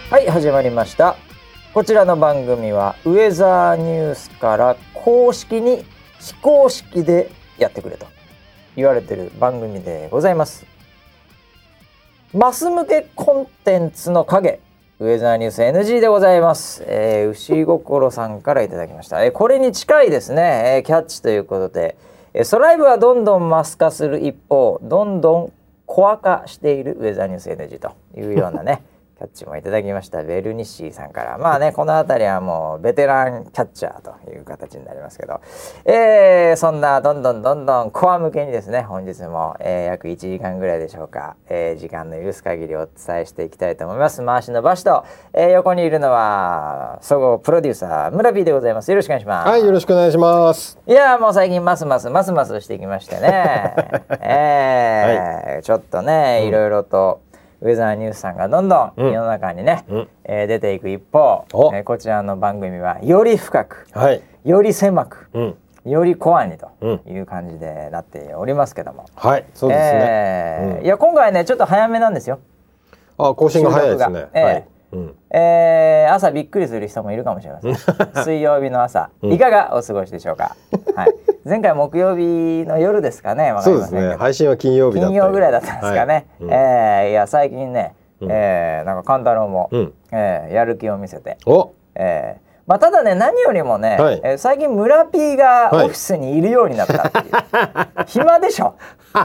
はい、始まりました。こちらの番組はウェザーニュースから公式に非公式でやってくれと言われている番組でございます。マス向けコンテンツの影、ウェザーニュース NG でございます。牛心さんからいただきました。これに近いですね、キャッチということで、ソライブはどんどんマス化する一方、どんどんコア化しているウェザーニュース NG というようなねキャッチもいただきました。ベルニッシーさんから、まあね、この辺りはもうベテランキャッチャーという形になりますけど、そんなどんどんコア向けにですね、本日も、約1時間ぐらいでしょうか、時間の許す限りお伝えしていきたいと思います。回しのバシと、横にいるのは総合プロデューサー村 P でございます。よろしくお願いします。 はい、よろしくお願いします。 いやもう最近ますますしてきましてね、はい、ちょっとね、いろいろとウェザーニュースさんがどんどん世の中にね、出ていく一方、こちらの番組はより深く、はい、より狭く、よりコアにという感じでなっておりますけども、 はい、そうですね、 いや今回ねちょっと早めなんですよ。 あ、更新が早いですね。 朝びっくりする人もいるかもしれません。水曜日の朝、いかがお過ごしでしょうか。はい、前回木曜日の夜ですかね。わかりませんけど、 そうですね。配信は金曜日だった。 金曜ぐらいだったんですかね。いや最近ね、なんか勘太郎も、やる気を見せて、まあただね、何よりもね、最近村 P がオフィスにいるようになったっていう。暇でしょ。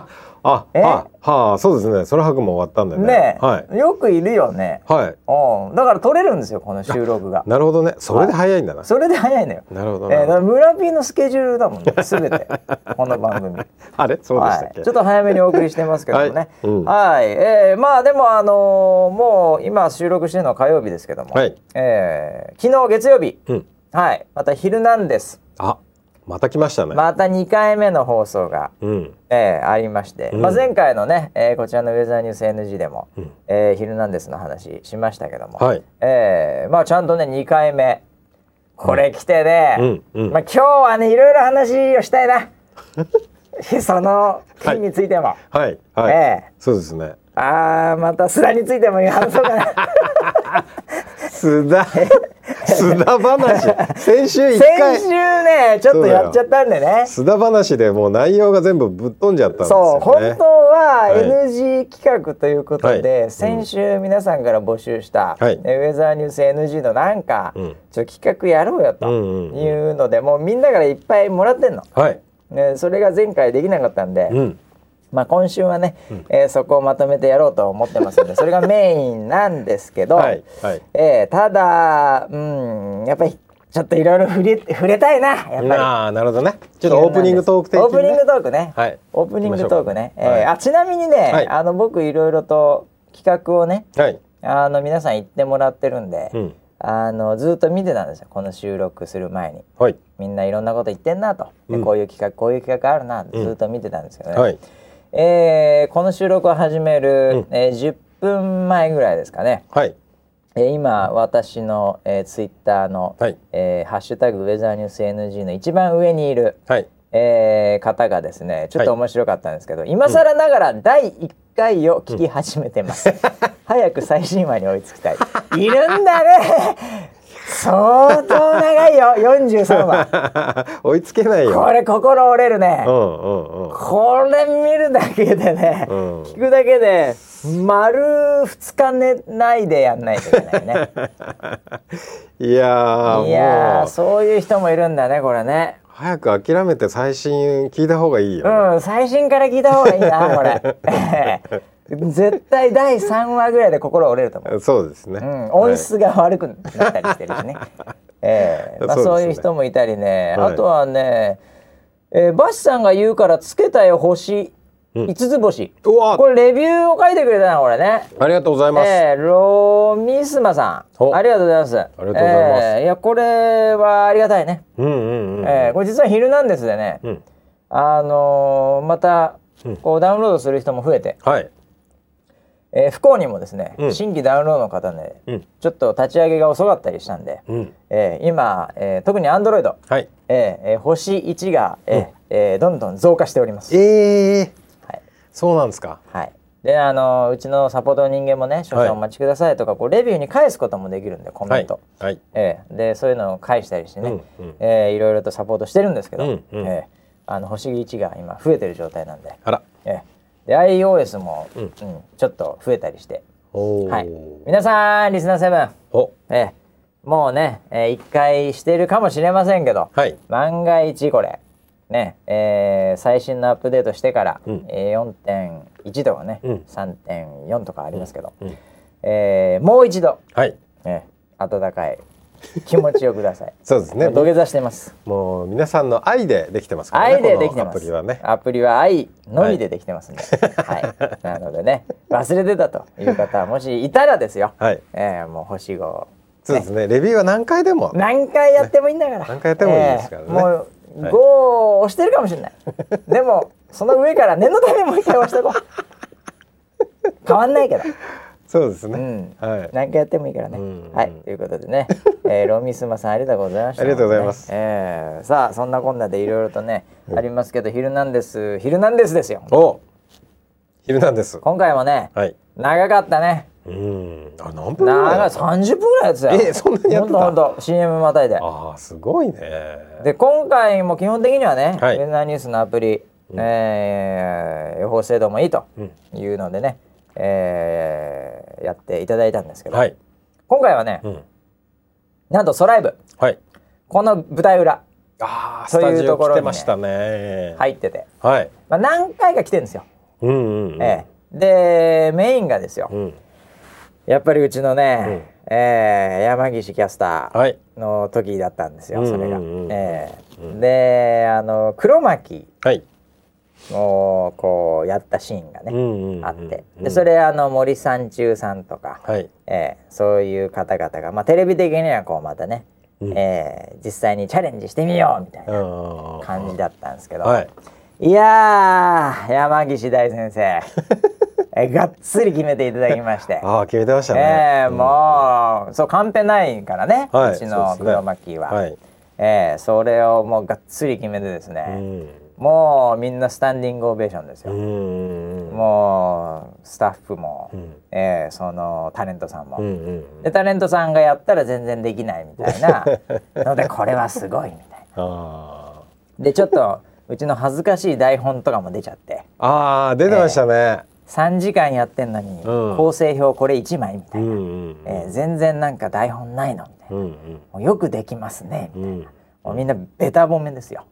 そうですね。その泊も終わったんでね。 よくいるよね。だから撮れるんですよ、この収録が。 なるほどね。それで早いんだな。 それで早いのよ。 なるほど。 だから村 P のスケジュールだもんね、すべてこの番組。 あれ、そうでしたっけ。 ちょっと早めにお送りしてますけどもね。はい。まあでももう今収録してるのは火曜日ですけども、昨日月曜日、はい、またヒルナンデス。 また来ましたね。 また2回目の放送が、ありまして、前回のね、こちらのウェザーニュース NG でも、ヒルナンデスの話しましたけども、まあちゃんとね2回目これ来てね、まあ今日はねいろいろ話をしたいな。その件についても、 そうですね。 また須田についても話そうかな。 須田話先週ねちょっとやっちゃったんでね、 須田話でもう内容が全部ぶっ飛んじゃったんですよね。 そう、本当は NG 企画ということで、先週皆さんから募集した、ウェザーニュース NG のなんか、ちょっと企画やろうよというので、もうみんなからいっぱいもらってんの、それが前回できなかったんで、まあ今週はね、そこをまとめてやろうと思ってますので、それがメインなんですけど、ただやっぱりちょっといろいろ触れたいな、やっぱり。 なるほどね。ちょっとオープニングトーク的にね。 オープニングトークね。オープニングトークね。ちなみにね、僕いろいろと企画をね、皆さん言ってもらってるんで、ずっと見てたんですよ、この収録する前に。みんないろんなこと言ってんなと、こういう企画あるなってずっと見てたんですけどね。この収録を始める、10分前ぐらいですかね、今私の、ツイッターの、ハッシュタグウェザーニュース NG の一番上にいる、方がですね、ちょっと面白かったんですけど、今更ながら第1回を聞き始めてます、早く最新話に追いつきたい。いるんだね。相当長いよ、43話。 追いつけないよ。 これ心折れるね。これ見るだけでね、聞くだけで丸2日寝ないでやんないといけないね。いやそういう人もいるんだね、これね。 早く諦めて最新聞いた方がいいよ。 最新から聞いた方がいいな、これ。絶対第3話ぐらいで心折れると思う。 そうですね、 音質が悪くなったりしてるしね。そういう人もいたりね、あとはね、バシさんが言うからつけたよ星5つ星、これレビューを書いてくれたな、これね。 ありがとうございます。 ロミスマさん、ありがとうございます。 ありがとうございます。 いやこれはありがたいね。これ実はヒルナンデスでね、またこうダウンロードする人も増えて、不幸にもですね、新規ダウンロードの方ね、ちょっと立ち上げが遅かったりしたんで、今、特に Android、星1が、どんどん増加しております。 そうなんですか。 でうちのサポートの人間もね少々お待ちくださいとか、こうレビューに返すこともできるんでコメント、 はいでそういうのを返したりしてね、いろいろとサポートしてるんですけど、星1が今増えてる状態なんで、 あら、 で iOS も、ちょっと増えたりして、はい、皆さんリスナー7、もうね、1回してるかもしれませんけど、万が一これね、最新のアップデートしてから、4.1 とかね、3.4 とかありますけど、もう一度、温かい気持ちをください。 そうですね。 土下座してます。 もう皆さんの愛でできてますからね。 愛でできてます。 アプリはね。 アプリは愛のみでできてますんで、なのでね、忘れてたという方はもしいたらですよ。もう星5。 そうですね。レビューは何回でも。 何回やってもいいんだから。 何回やってもいいですからね。 もう5を押してるかもしれない。でもその上から念のためもう一回押してこう。変わんないけど。 そうですね。 何回やってもいいからね。はい、ということでね、ロミスマさんありがとうございました。 ありがとうございます。 さあそんなこんなでいろいろとねありますけど、ヒルナンデスですよ。 ヒルナンデス。 今回もね、長かったね。 何分ぐらい ？30分ぐらいですよ。 そんなにやってた？ ほんと CM またいで。 すごいね。 で今回も基本的にはね、ウェザーニュースのアプリ、予報精度もいいというのでね、やっていただいたんですけど、今回はね、なんとソライブ、この舞台裏というところに入ってて、何回か来てるんですよ。でメインがですよ、やっぱりうちのね、山岸キャスターの時だったんですよ、それが。で黒巻をこうやったシーンがねあって、でそれ森三中さんとか、そういう方々が、まあ、テレビ的にはこうまたね、実際にチャレンジしてみようみたいな感じだったんですけど、いやー山岸大先生がっつり決めていただきまして。 決めてましたね。 もうそうカンペないからね、うちの黒巻は、それをもうがっつり決めてですね、もうみんなスタンディングオベーションですよ。もうスタッフも、そのタレントさんも、でタレントさんがやったら全然できないみたいなので、これはすごいみたいな。でちょっとうちの恥ずかしい台本とかも出ちゃって。 出てましたね。 3時間やってんのに、構成表これ1枚みたいな、全然なんか台本ないのみたいな、もうよくできますねみたいな、もうみんなベタ褒めですよ。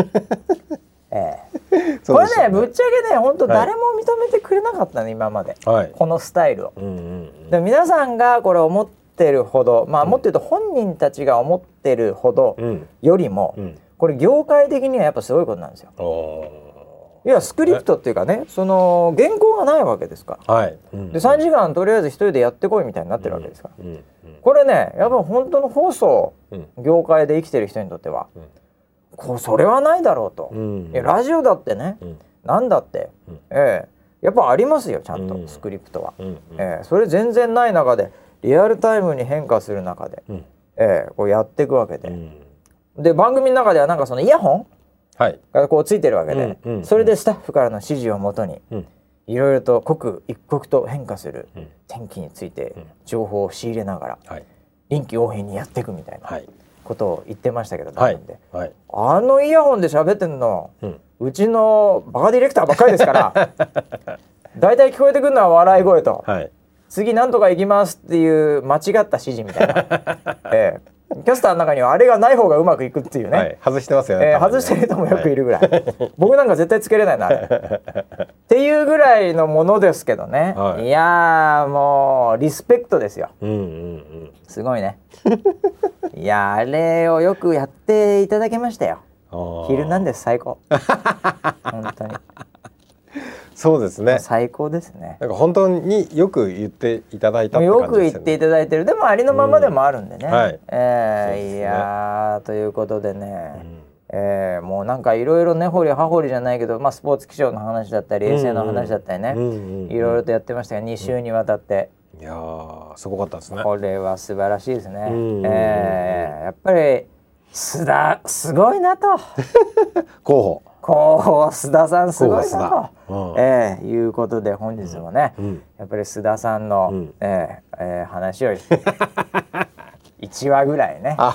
これねぶっちゃけね本当誰も認めてくれなかったね今まで、このスタイルを。で皆さんがこれ思ってるほど、まあもっと言うと本人たちが思ってるほどよりも、これ業界的にはやっぱすごいことなんですよ。いやスクリプトっていうかね、その原稿がないわけですから、で3時間とりあえず一人でやってこいみたいになってるわけですから、これねやっぱ本当の放送業界で生きてる人にとっては、それはないだろうと、いやラジオだってね、なんだって、やっぱありますよちゃんと、スクリプトは、それ全然ない中でリアルタイムに変化する中で、こうやっていくわけで、で番組の中ではなんかそのイヤホンがこうついてるわけで、それでスタッフからの指示をもとにいろいろと刻一刻と変化する天気について情報を仕入れながら臨機応変にやっていくみたいなことを言ってましたけど、あのイヤホンで喋ってんの、うちのバカディレクターばっかりですからだいたい聞こえてくるのは笑い声と、次なんとか行きますっていう間違った指示みたいな、キャスターの中にはあれがない方がうまくいくっていうね、 外してますよね、 外してる人もよくいるぐらい、僕なんか絶対つけれないなあれっていうぐらいのものですけどね、いやもうリスペクトですよ、すごいねいやあれをよくやっていただけましたよ。ヒルナンデス最高本当にそうですね、 最高ですね。 なんか本当によく言っていただいたって感じですね。 よく言っていただいてる、でもありのままでもあるんでね、いやということでね、もうなんかいろいろ根掘り葉掘りじゃないけど、スポーツ気象の話だったり衛星の話だったりね、いろいろとやってましたが2週にわたって、 いやすごかったですね。 これは素晴らしいですね。やっぱり須田すごいなと候補こう須田さんすごい須なと、いうことで本日もね、やっぱり須田さんの、話を1話ぐらいね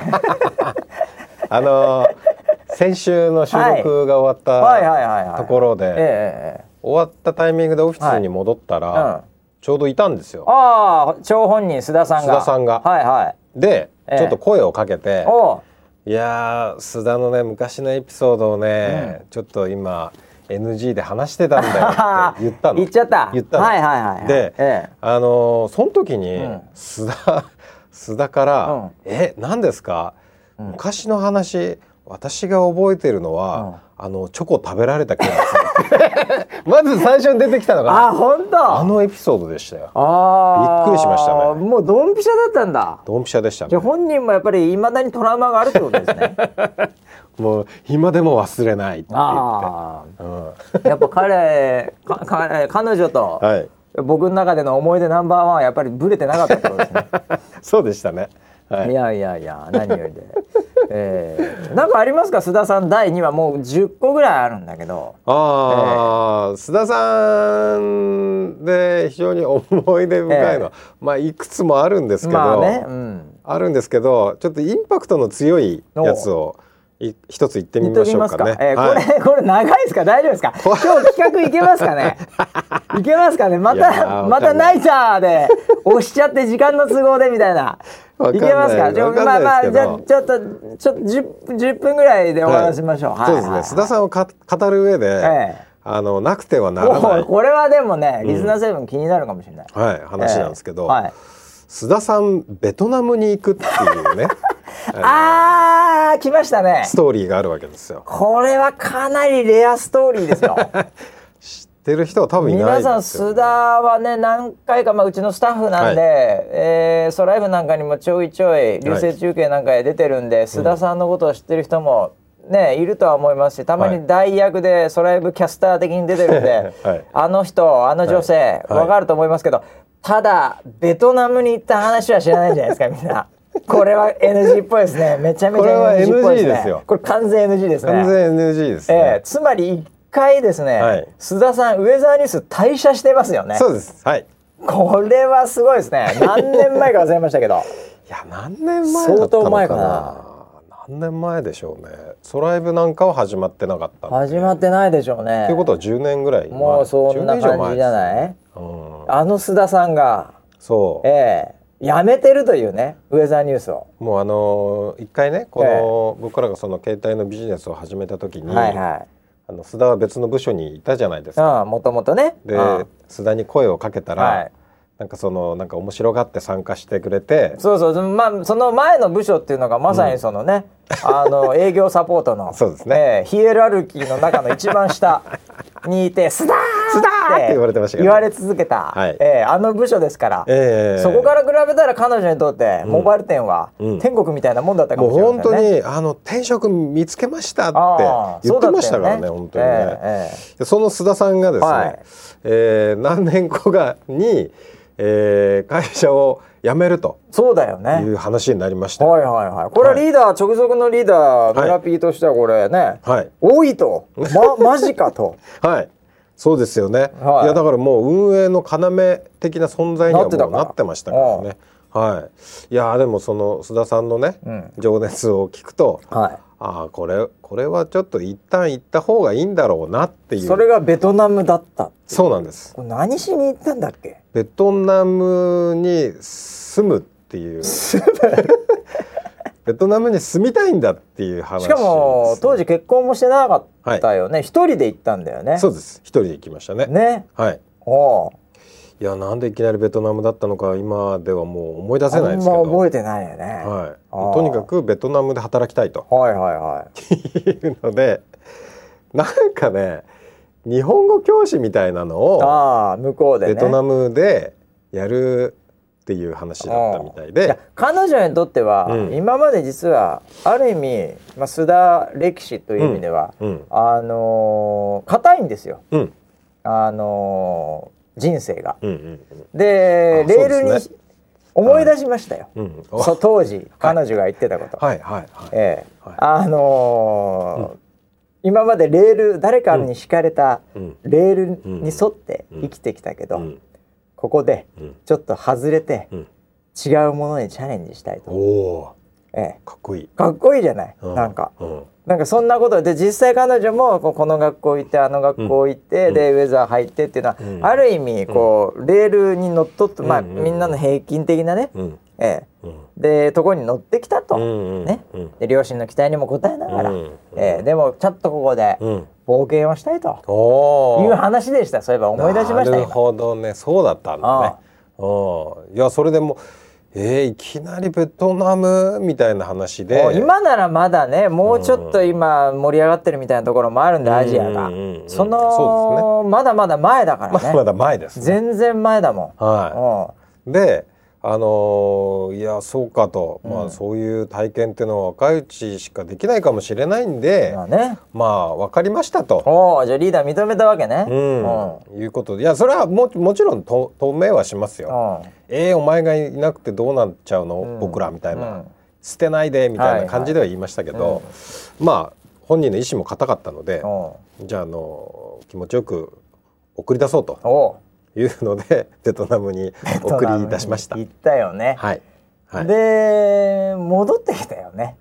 先週の収録が終わったところで終わったタイミングでオフィスに戻ったら、ちょうどいたんですよ。 ああ、張本人須田さんが。はいはい。 で、ちょっと声をかけて、いや須田のね昔のエピソードをね、ちょっと今 NG で話してたんだよって言ったの。 言っちゃった。 言ったの。 はいはいはい。 で、その時に須田から何ですか、昔の話私が覚えてるのは、チョコ食べられた気がするまず最初に出てきたのが本当エピソードでしたよ。びっくりしましたね。 もうドンピシャだったんだ。 ドンピシャでしたね。 じゃあ本人もやっぱり未だにトラウマがあるってことですねもう今でも忘れないって言って、 やっぱ彼女と、僕の中での思い出ナンバーワンはやっぱりブレてなかったってことですねそうでしたね。 いや何よりで、なんかありますか須田さん。第2話もう10個ぐらいあるんだけど、 須田さんで非常に思い出深いのは、いくつもあるんですけど、あるんですけど、ちょっとインパクトの強いやつを一つ言ってみましょうかね。 これ長いですか、大丈夫ですか今日企画いけますかねいけますかね。またナイターで押しちゃって時間の都合でみたいな。いけますか。じゃあちょっと10分ぐらいで終わらせましょう。 そうですね。須田さんを語る上で、なくてはならない。 これはでもね、リスナー7気になるかもしれない。 話なんですけど、須田さんベトナムに行くっていうね来ましたね。 ストーリーがあるわけですよ。 これはかなりレアストーリーですよ知ってる人は多分いないですよ、ね。 皆さん須田はね何回か、うちのスタッフなんで、ソライブなんかにもちょいちょい流星中継なんかで出てるんで、須田さんのことを知ってる人もねいるとは思いますし、たまに代役でソライブキャスター的に出てるんで、あの人あの女性わかると思いますけど、ただベトナムに行った話は知らないんじゃないですかみんな。これは NG っぽいですね。めちゃめちゃ NG っぽいですね。これ完全 NG ですね。 完全 NG ですね。 つまり1回ですね、須田さんウェザーニュース退社してますよね。 そうです。 これはすごいですね。何年前か忘れましたけどいや何年前だったのかな。相当前かな。何年前でしょうね。ソライブなんかは始まってなかった。 始まってないでしょうね。 ということは10年ぐらい。 もうそんな感じじゃない。須田さんが辞めてるというね、ウェザーニュースを。 もう一回ね、この僕らがその携帯のビジネスを始めた時に、須田は別の部署にいたじゃないですか。 もともとね。 で、須田に声をかけたら、なんか面白がって参加してくれて、 その前の部署っていうのがまさにそのね、営業サポートのそうですね、 ヒエラルキーの中の一番下にいて須田って言われてましたけど、 言われ続けた、あの部署ですから、そこから比べたら彼女にとってモバイル店は天国みたいなもんだったかもしれないですね。 もう本当に転職見つけましたって言ってましたからね、本当にね。その須田さんがですね、何年後かに会社を辞めるという話になりました。これはリーダー、直属のリーダー村 P としてはこれね、多いとマジかとそうですよね。いやだからもう運営の要的な存在にはもうなってましたからね。いやでもその須田さんのね、情熱を聞くと、これはちょっと一旦行った方がいいんだろうなっていう。 それがベトナムだった。 そうなんです。 これ何しに行ったんだっけ。 ベトナムに住むっていうベトナムに住みたいんだっていう話、 しかも当時結婚もしてなかったよね。一人で行ったんだよね。 そうです。一人で行きましたね。いやなんでいきなりベトナムだったのか今ではもう思い出せないですけど、 あんま覚えてないよね。 とにかくベトナムで働きたいというので、なんかね日本語教師みたいなのを向こうで、 ベトナムでやるっていう話だったみたいで、 彼女にとっては、今まで実はある意味、須田歴史という意味では硬いんですよ、人生が。でレールに思い出しましたよ、当時彼女が言ってたこと。 今までレール、誰かに敷かれたレールに沿って生きてきたけど、ここでちょっと外れて違うものにチャレンジしたいと。 おー、かっこいい。 かっこいいじゃない、なんかそんなことで、実際彼女もこの学校行ってあの学校行って、でウェザー入ってっていうのは、ある意味こうレールに乗っ取って、みんなの平均的なね、でところに乗ってきたと、ね、で両親の期待にも応えながら、でもちょっとここで冒険をしたいという話でした。そういえば思い出しました。 なるほどね、そうだったんだね。いや、それでもいきなりベトナムみたいな話で、 今ならまだね、もうちょっと今盛り上がってるみたいなところもあるんで、アジアがそうですね、まだまだ前だからね。 まだ前ですね。 全然前だもん。 でいやそうかと、そういう体験っていうのは若いうちしかできないかもしれないんで、分かりましたと。 じゃあリーダー認めたわけね。 いうことで、いやそれはもちろん止めはしますよ。お前がいなくてどうなっちゃうの、僕らみたいな、捨てないでみたいな感じでは言いましたけど、本人の意思も固かったので、じゃあ気持ちよく送り出そうというのでベトナムに送り出しました。 行ったよね。で戻ってきたよね。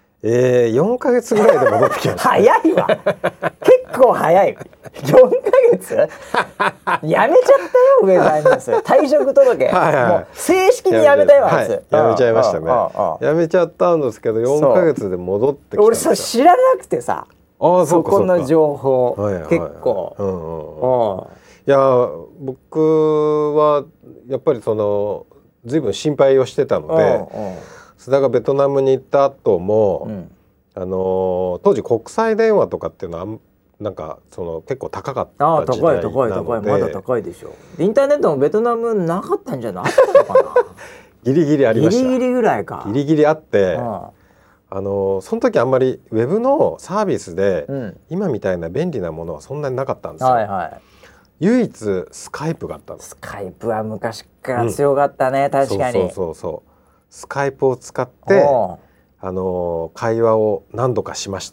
4ヶ月ぐらいで戻ってきました。 早いわ。結構早い。4ヶ月やめちゃったよ、ウェザーニュース。退職届、もう正式にやめたよ、あいつ。 やめちゃいましたね。やめちゃったんですけど、4ヶ月で戻ってきた。 俺それ知らなくてさ、そこの情報結構。 いや僕はやっぱり随分心配をしてたので、須田がベトナムに行った後も、当時国際電話とかっていうのはなんか結構高かった時代なので、 高いまだ高いでしょ。インターネットもベトナムなかったんじゃなかったのかな。 ギリギリありました。 ギリギリぐらいか。 ギリギリあって、その時あんまりウェブのサービスで、今みたいな便利なものはそんなになかったんですよ。唯一スカイプがあったの。 スカイプは昔から強かったね、確かに。 そうスカイプを使って会話を何度かしました。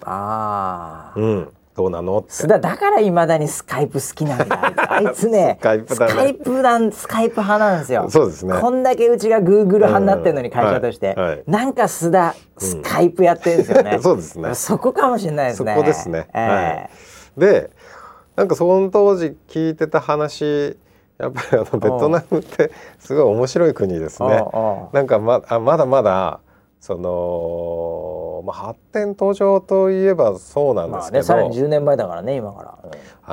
どうなのって。 だからいまだにスカイプ好きなんだ。あいつね、スカイプ派なんですよ。 そうですね。 こんだけうちが Google 派になってるのに、会社として、なんか須田スカイプやってるんですよね。 そうですね。 そこかもしれないですね。 そこですね。でなんかその当時聞いてた話、やっぱりベトナムってすごい面白い国ですね。なんかまだまだ発展途上といえばそうなんですけど、 さらに10年前だからね、今から。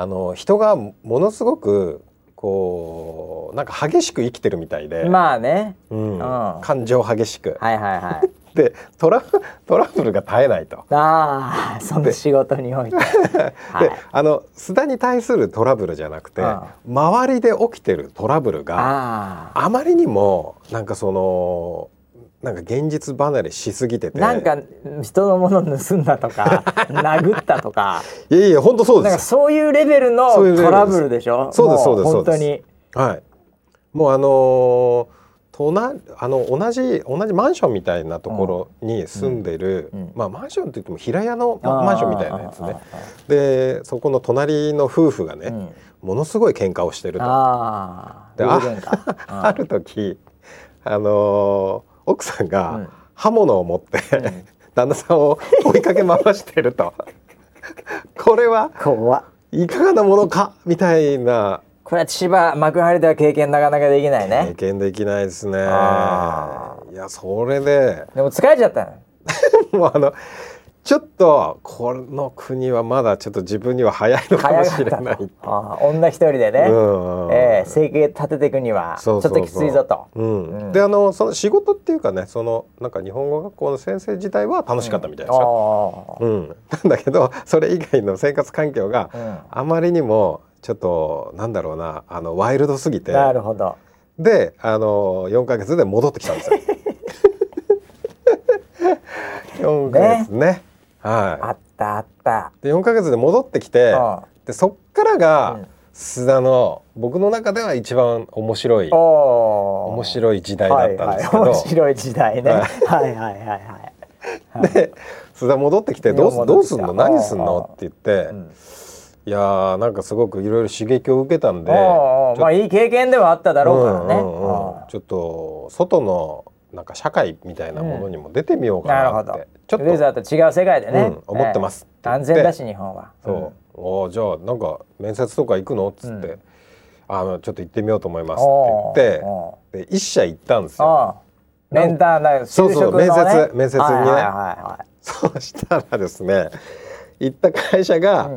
人がものすごくなんか激しく生きてるみたいで、感情激しく。でトラブルが絶えないと。 その仕事において。で須田に対するトラブルじゃなくて、周りで起きてるトラブルがあまりにもなんかなんか現実離れしすぎてて、 なんか人のもの盗んだとか殴ったとか、 いや本当そうです。 なんかそういうレベルのトラブルでしょ。 そうです本当に。 もう同じマンションみたいなところに住んでる、マンションって言っても平屋のマンションみたいなやつね。でそこの隣の夫婦がね、ものすごい喧嘩をしてると。である時奥さんが刃物を持って、旦那さんを追いかけ回してると。これはいかがなものかみたいな。 これは千葉幕張では経験なかなかできないね。 経験できないですね。いやそれでも疲れちゃったの。もうちょっとこの国はまだちょっと自分には早いのかもしれない。 女一人でね、生計立てていくにはちょっときついぞと。 でその仕事っていうかね、なんか日本語学校の先生自体は楽しかったみたいですよ。なんだけどそれ以外の生活環境があまりにもちょっとなんだろうな、ワイルドすぎて。 なるほど。 で4ヶ月で戻ってきたんですよ。4ヶ月ね。 あったで4ヶ月で戻ってきて、でそっからが須田の僕の中では一番面白い時代だったんですけど。 面白い時代ね。 で須田戻ってきてどうすんの何すんのって言って、いやなんかすごくいろいろ刺激を受けたんで、 まあいい経験ではあっただろうからね、 ちょっと外のなんか社会みたいなものにも出てみようかなって、 ちょっとウェザーと違う世界でね、 思ってますって安全だし日本は。 そうじゃあなんか面接とか行くのっつって、ちょっと行ってみようと思いますって言って、一社行ったんですよ。 面談だ、就職のね、 面接にね。そうしたらですね、行った会社が、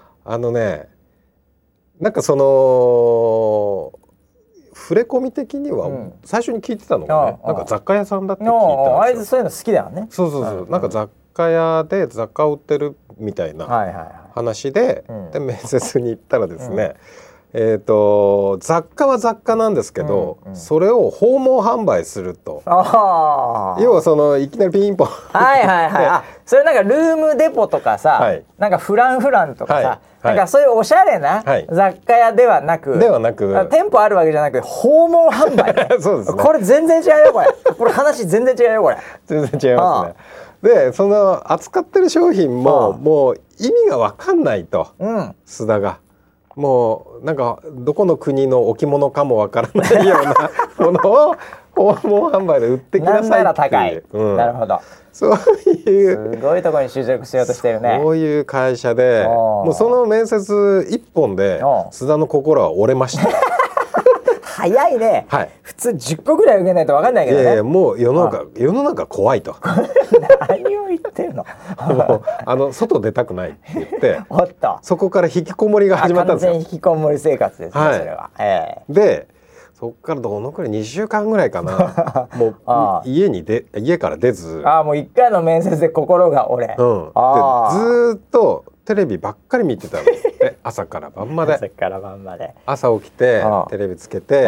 なんかその触れ込み的には最初に聞いてたのがね、なんか雑貨屋さんだって聞いたんですよ。 あいつそういうの好きだよね。 そうなんか雑貨屋で雑貨を売ってるみたいな話で、で面接に行ったらですね、雑貨は雑貨なんですけど、それを訪問販売すると。要はそのいきなりピンポンそれなんかルームデポとかさ、なんかフランとかさ、なんかそういうおしゃれな雑貨屋ではなく、店舗あるわけじゃなく訪問販売そうですね。 これ全然違うよこれ話全然違うよこれ。 全然違いますね。でその扱ってる商品ももう意味が分かんないと、須田が。もうなんかどこの国の置物かもわからないようなものを訪問販売で売ってきなさいっていう。 なんなら高い。なるほど。 そういうすごいところに就職しようとしてるね。 そういう会社で、もうその面接一本で須田の心は折れました。 早いね。普通10個ぐらい受けないと分かんないけどね。 もう世の中怖いと。 何を言ってんの。 外出たくないって言って、 おっとそこから引きこもりが始まったんですよ。 完全引きこもり生活ですね、それは。 でそこからどのくらい2週間ぐらいかなもう家から出ず、 もう1回の面接で心が折れ、でずっとテレビばっかり見てたんですって朝から晩まで。朝起きてテレビつけて、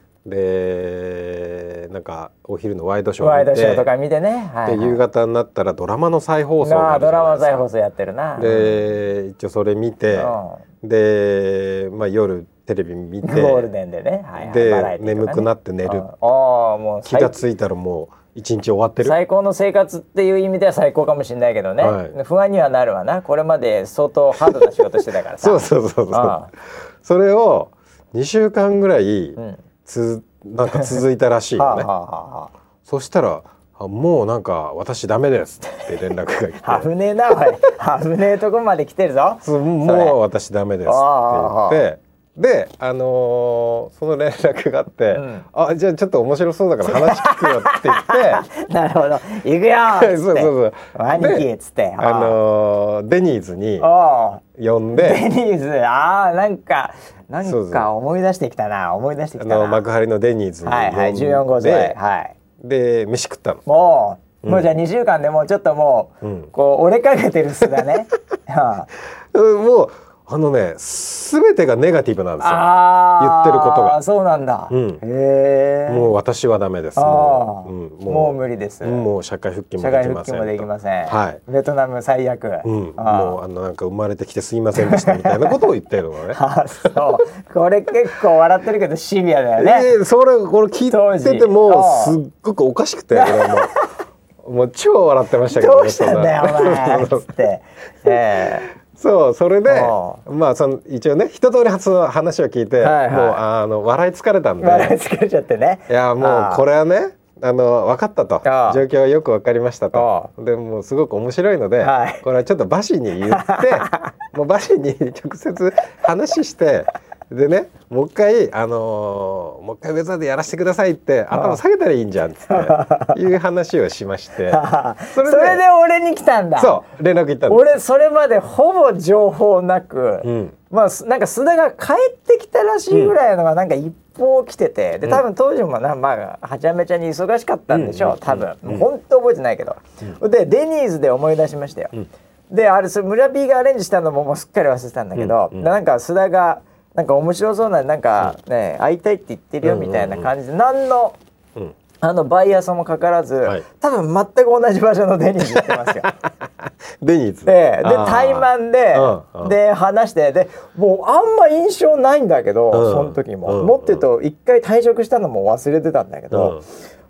でなんかお昼のワイドショーとか見てね、 で夕方になったらドラマの再放送があるじゃないですか。 ドラマ再放送やってるな。 で一応それ見て、で夜テレビ見てゴールデンでね、 で眠くなって寝る。 もう気がついたらもう一日終わってる。 最高の生活っていう意味では最高かもしれないけどね、不安にはなるわな。これまで相当ハードな仕事してたからさ。 そうそれを2週間ぐらいなんか続いたらしいよね。そしたらもうなんか私ダメですって連絡が来て。 危ねえなおい、危ねえとこまで来てるぞ。 もう私ダメですって言って、でその連絡があって、じゃあちょっと面白そうだから話聞くよって言ってなるほど、行くよーっつってそう兄貴っつって、 デニーズに呼んで、 デニーズなんか思い出してきたな幕張のデニーズに呼んで、 14号沿いで飯食ったの。 もうじゃあ2週間でもうちょっともうこう折れかけてる須田ね。 もう全てがネガティブなんですよ、言ってることが。 そうなんだ。 もう私はダメです。 もう無理です。 もう社会復帰もできません。 ベトナム最悪。 もうなんか生まれてきてすいませんでしたみたいなことを言ってるのね。 これ結構笑ってるけどシビアだよね。 これ聞いててもすっごくおかしくて、もう超笑ってましたけど。 どうしたんだよお前っつって。 それで一応ね一通り話を聞いて、もう笑い疲れたんで。 笑い疲れちゃってね。 いやもうこれはね分かったと、状況はよく分かりましたと。でもうすごく面白いので、これはちょっとバシに言ってもうバシに直接話してでね、もう一回ウェザーでやらせてくださいって頭下げたらいいんじゃんっつっていう話をしましてそれで俺に来たんだ。 そう連絡行ったんです。 俺それまでほぼ情報なく、なんか須田が帰ってきたらしいぐらいのがなんか一報来てて、で多分当時もはちゃめちゃに忙しかったんでしょう、多分。本当覚えてないけど、でデニーズで思い出しましたよ。でそれ村 P がアレンジしたのももうすっかり忘れてたんだけど、なんか須田がなんか面白そうな、なんかね、会いたいって言ってるよみたいな感じで、何のバイアスもかからず、多分全く同じ場所のデニーズ行ってますよ。 デニーズで対マンで話して、でもうあんま印象ないんだけど、その時もっと言うと一回退職したのも忘れてたんだけど、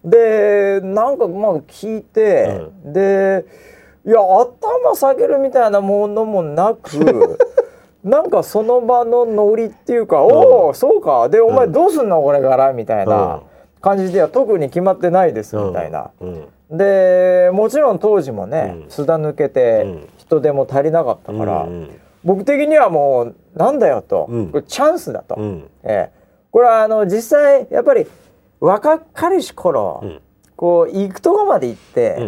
でなんかまあ聞いて、でいや頭下げるみたいなものもなくなんかその場のノリっていうか、おおそうかでお前どうすんのこれからみたいな感じでは特に決まってないですみたいな。でもちろん当時もね須田抜けて人手も足りなかったから、僕的にはもうなんだよと、これチャンスだと、これは実際やっぱり若かりし頃、こう行くとこまで行って、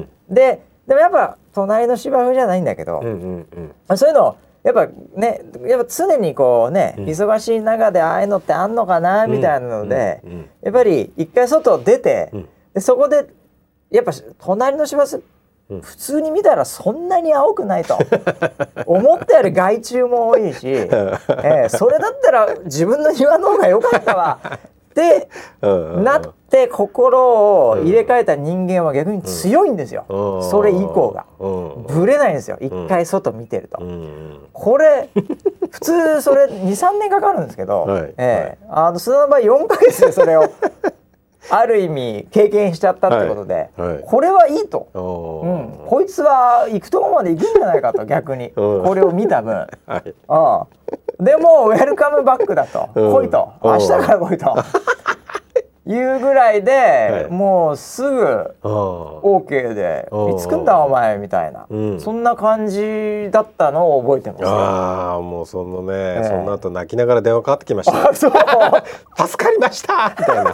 でもやっぱ隣の芝生じゃないんだけど、そういうのやっぱねやっぱ常にこうね、忙しい中でああいうのってあんのかなみたいなので、やっぱり一回外出て、でそこでやっぱ隣の芝生普通に見たらそんなに青くないと思ったより害虫も多いし、それだったら自分の庭の方が良かったわってなって心を入れ替えた人間は逆に強いんですよ、それ以降がぶれないんですよ、一回外見てると。これ普通それ 2,3 年かかるんですけど、その場合4ヶ月でそれをある意味経験しちゃったってことで、これはいいと、こいつは行くとこまで行くんじゃないかと逆に、これを見た分、でもウェルカムバックだと、来いと、明日から来いというぐらいで、もうすぐ OK でいつ来んだお前みたいな、そんな感じだったのを覚えてますよ。 もうそのね、その後泣きながら電話かかってきました。そう助かりましたみたいな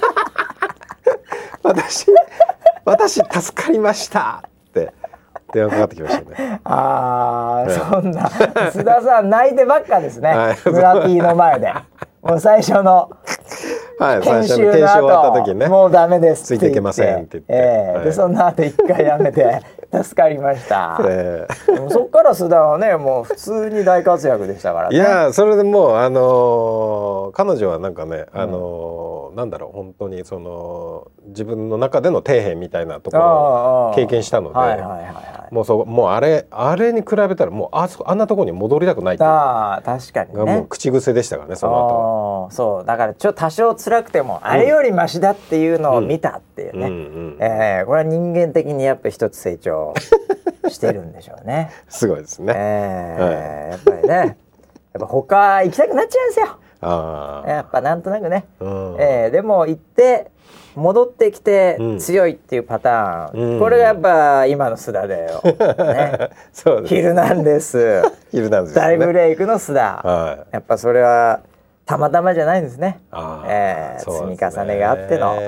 私助かりましたって電話かかってきましたね。 そんな須田さん泣いてばっかですね、村 P の前でもう最初の研修の後、もうダメですついていけませんって言って、 でその後一回やめて助かりました、そっから須田はねもう普通に大活躍でしたからね。 いやそれでもう彼女はなんかねなんだろう本当にその自分の中での底辺みたいなところを経験したので、もうあれに比べたらもうあんなところに戻りたくないっていう確かにね、 もう口癖でしたからねその後は。 そうだから多少辛くてもあれよりマシだっていうのを見たっていうね、これは人間的にやっぱ一つ成長してるんでしょうねすごいですね、 やっぱりねやっぱ他行きたくなっちゃうんですよやっぱなんとなくね、でも行って戻ってきて強いっていうパターン、これがやっぱ今の須田だよ、そうです、ヒルナンデス大ブレイクの須田、やっぱそれはたまたまじゃないんですね、積み重ねがあっての、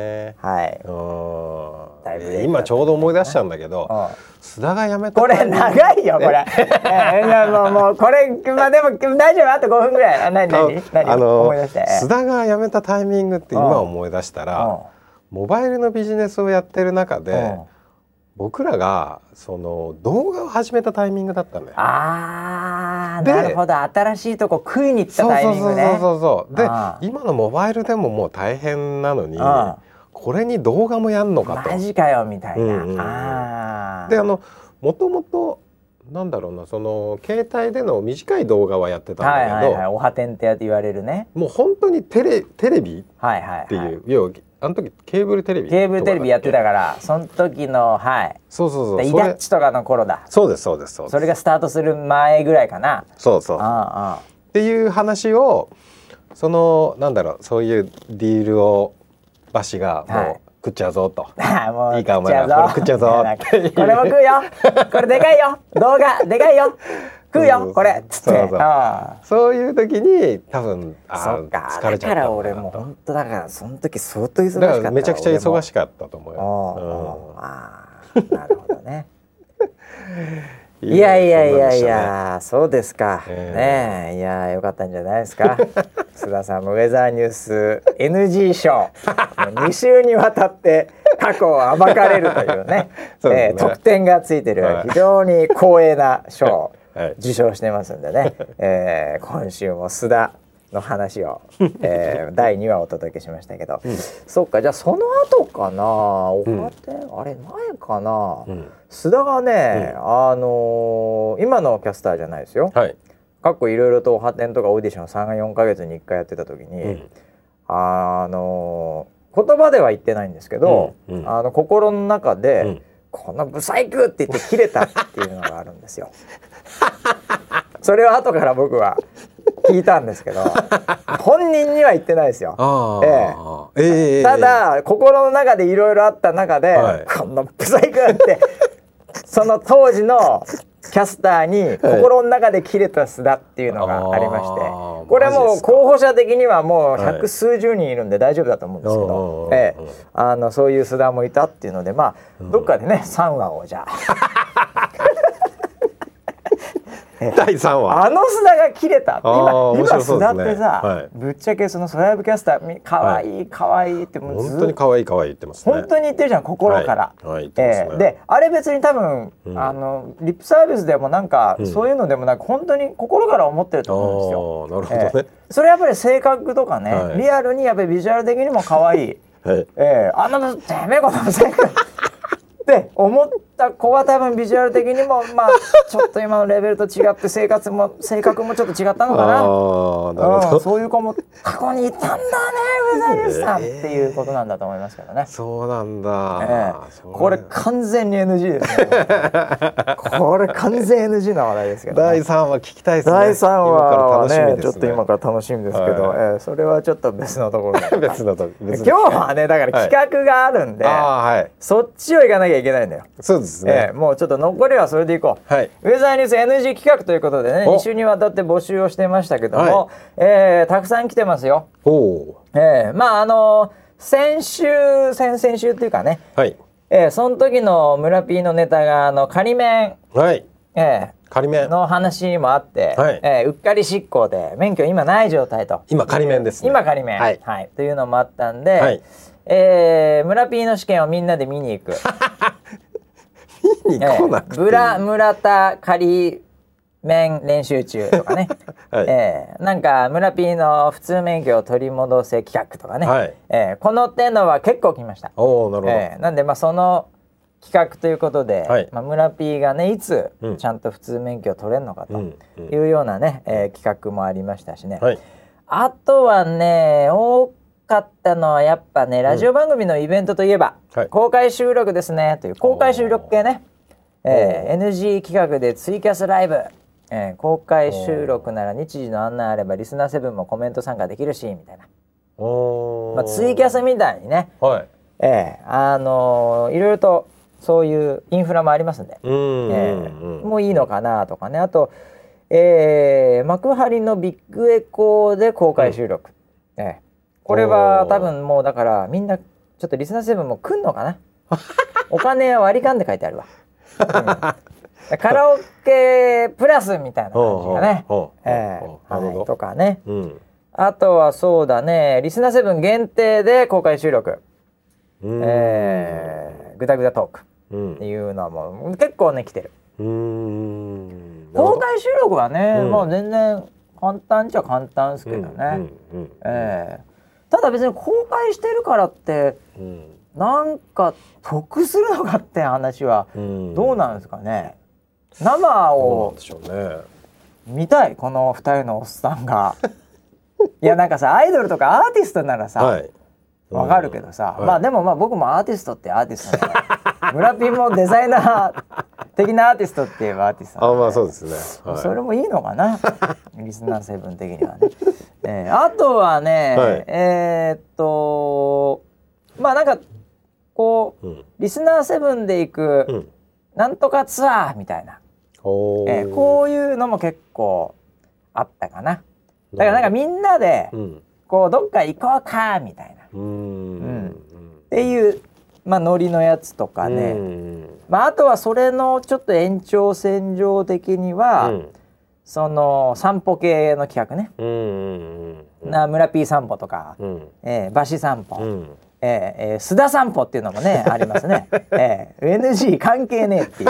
大ブレイク。 今ちょうど思い出したんだけど、須田が辞めたこれ長いよこれもうこれでも大丈夫、あと5分ぐらい。何思い出して、 須田が辞めたタイミングって今思い出したら、モバイルのビジネスをやってる中で僕らがその動画を始めたタイミングだったんだよ。 なるほど、新しいとこ食いに行ったタイミングね。 で今のモバイルでももう大変なのに、これに動画もやんのかと、 マジかよみたいな。 でもともとなんだろうな、その携帯での短い動画はやってたんだけど、 おはてんって言われるね、 もう本当にテレビっていう、要はあの時ケーブルテレビやってたから、その時のそうイダッチとかの頃だ。 そうですそれがスタートする前ぐらいかな。 っていう話を、そのなんだろう、そういうディールをバシがもう食っちゃうぞと、いいかお前らこれ食っちゃうぞってこれも食うよ、これでかいよ、動画でかいよ、食うよこれっつって、 そういう時に多分疲れちゃった。だから俺も本当だからその時相当忙しかった。 だからめちゃくちゃ忙しかったと思うよ。なるほどね。いやそうですか、ねえ、いやよかったんじゃないですか須田さんもウェザーニュース NG 賞2週にわたって過去を暴かれるというね特典がついてる非常に光栄な賞を受賞してますんでね、今週も須田の話を、第2話お届けしましたけど、そっか、じゃあその後かな、おはてん、あれ前かな、須田がね、今のキャスターじゃないですよ、過去いろいろとおはてんとかオーディション3、4ヶ月に1回やってた時に、こ言葉では言ってないんですけど、心の中で、このブサイクって言って切れたっていうのがあるんですよ。それを後から僕は聞いたんですけど、本人には言ってないですよ。ただ心の中でいろいろあった中で、このブサイクってその当時のキャスターに心の中で切れた須田っていうのがありまして、これはもう候補者的にはもう百数十人いるんで大丈夫だと思うんですけど、そういう須田もいたっていうので、まあどっかでね3話をじゃあ第3話須田が切れた。今須田ってさ、ぶっちゃけそのソヤブキャスターかわいいかわいいってもう本当にかわいいかわいい言ってますね。 本当に言ってるじゃん、心から。であれ別に多分リップサービスでもなんかそういうのでもなく本当に心から思ってると思うんですよ。 なるほどね。 それやっぱり性格とかね、リアルにやっぱりビジュアル的にもかわいい。てめえこの性格って思った子は多分ビジュアル的にもまあちょっと今のレベルと違って性格もちょっと違ったのかな。そういう子も過去にいたんだね、ウェザーニュースさんっていうことなんだと思いますけどね。 そうなんだ。 これ完全に NG ですね。これ完全 NG な話題ですけど、ね、 第3話聞きたいですね。 第3話はねちょっと今から楽しみですけど、それはちょっと別のところで別のところ。 今日はねだから企画があるんで、そっちを行かなきゃいけないんだよ。 そうですね。 もうちょっと残りはそれでいこう。ウェザーニュース NG 企画ということでね、2週にわたって募集をしてましたけども、たくさん来てますよ。まあ先々週っていうかね、その時の村 P のネタが仮面、仮面の話もあって、うっかり執行で免許今ない状態と。 今仮面ですね。 今仮面、というのもあったんで、村 P の試験をみんなで見に行く。 見に来なくていい。 村田仮面練習中とかね、なんか村 P の普通免許を取り戻せ企画とかね、この手のは結構来ました。 なるほど。 なんでその企画ということで、村 P がねいつちゃんと普通免許を取れるのかというようなね、企画もありましたしね、あとはね多かったのはやっぱねラジオ番組のイベントといえば、公開収録ですねという公開収録系ね、NG 企画でツイキャスライブ、公開収録なら日時の案内あればリスナー7もコメント参加できるしみたいな、ツイキャスみたいにね、いろいろとそういうインフラもありますんで、もういいのかなとかね。あと、幕張のビッグエコーで公開収録、これは多分もうだからみんなちょっとリスナー7も来んのかな。お金は割り勘で書いてあるわ。カラオケプラスみたいな感じがね、とかね、あとはそうだねリスナー7限定で公開収録、グダグダトークっていうのはもう結構ね来てる。公開収録はね、もう全然簡単っちゃ簡単ですけどね、ただ別に公開してるからって、なんか得するのかって話はどうなんですかね。生を見たいこの2人のおっさんが。いやなんかさアイドルとかアーティストならさ、わかるけどさ、まあでも僕もアーティストってアーティストなんで村 P もデザイナー的なアーティストって言えばアーティストなんで、 そうですね、 それもいいのかな。リスナー7的にはね。あとはね、まあなんかこう、リスナー7で行く、なんとかツアーみたいな、こういうのも結構あったかな。だからなんかみんなで、こうどっか行こうかみたいな、っていう、ノリのやつとかね、あとはそれのちょっと延長線上的には、その散歩系の企画ね、村 P 散歩とか、バシ散歩、須田散歩っていうのもねありますね。NG 関係ねえっていう。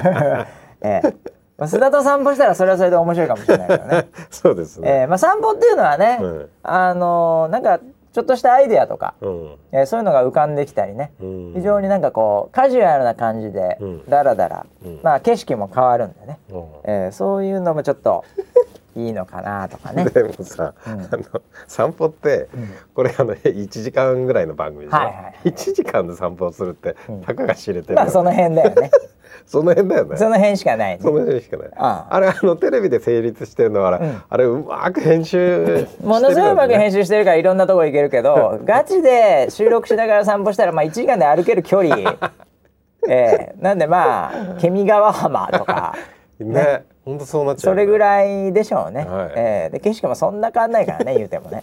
須田と散歩したらそれはそれで面白いかもしれないけどね。 そうですね。 散歩っていうのはね、なんかちょっとしたアイデアとか、そういうのが浮かんできたりね、非常になんかこうカジュアルな感じでだらだら、景色も変わるんでね、そういうのもちょっといいのかなとかね。 でもさ、散歩って、これ1時間ぐらいの番組でしょ、1時間で散歩をするってたかが知れてる、 まあその辺だよね。 その辺だよね。 その辺しかない、ね。 その辺しかない。あれテレビで成立してるのは、あれうまく編集してる、 ものすごいうまく編集してるからいろんなとこ行けるけど、ガチで収録しながら散歩したら1時間で歩ける距離、なんでまあケミ川浜とかね、本当そうなっちゃう、 それぐらいでしょうね。で景色もそんな変わんないからね、言うてもね。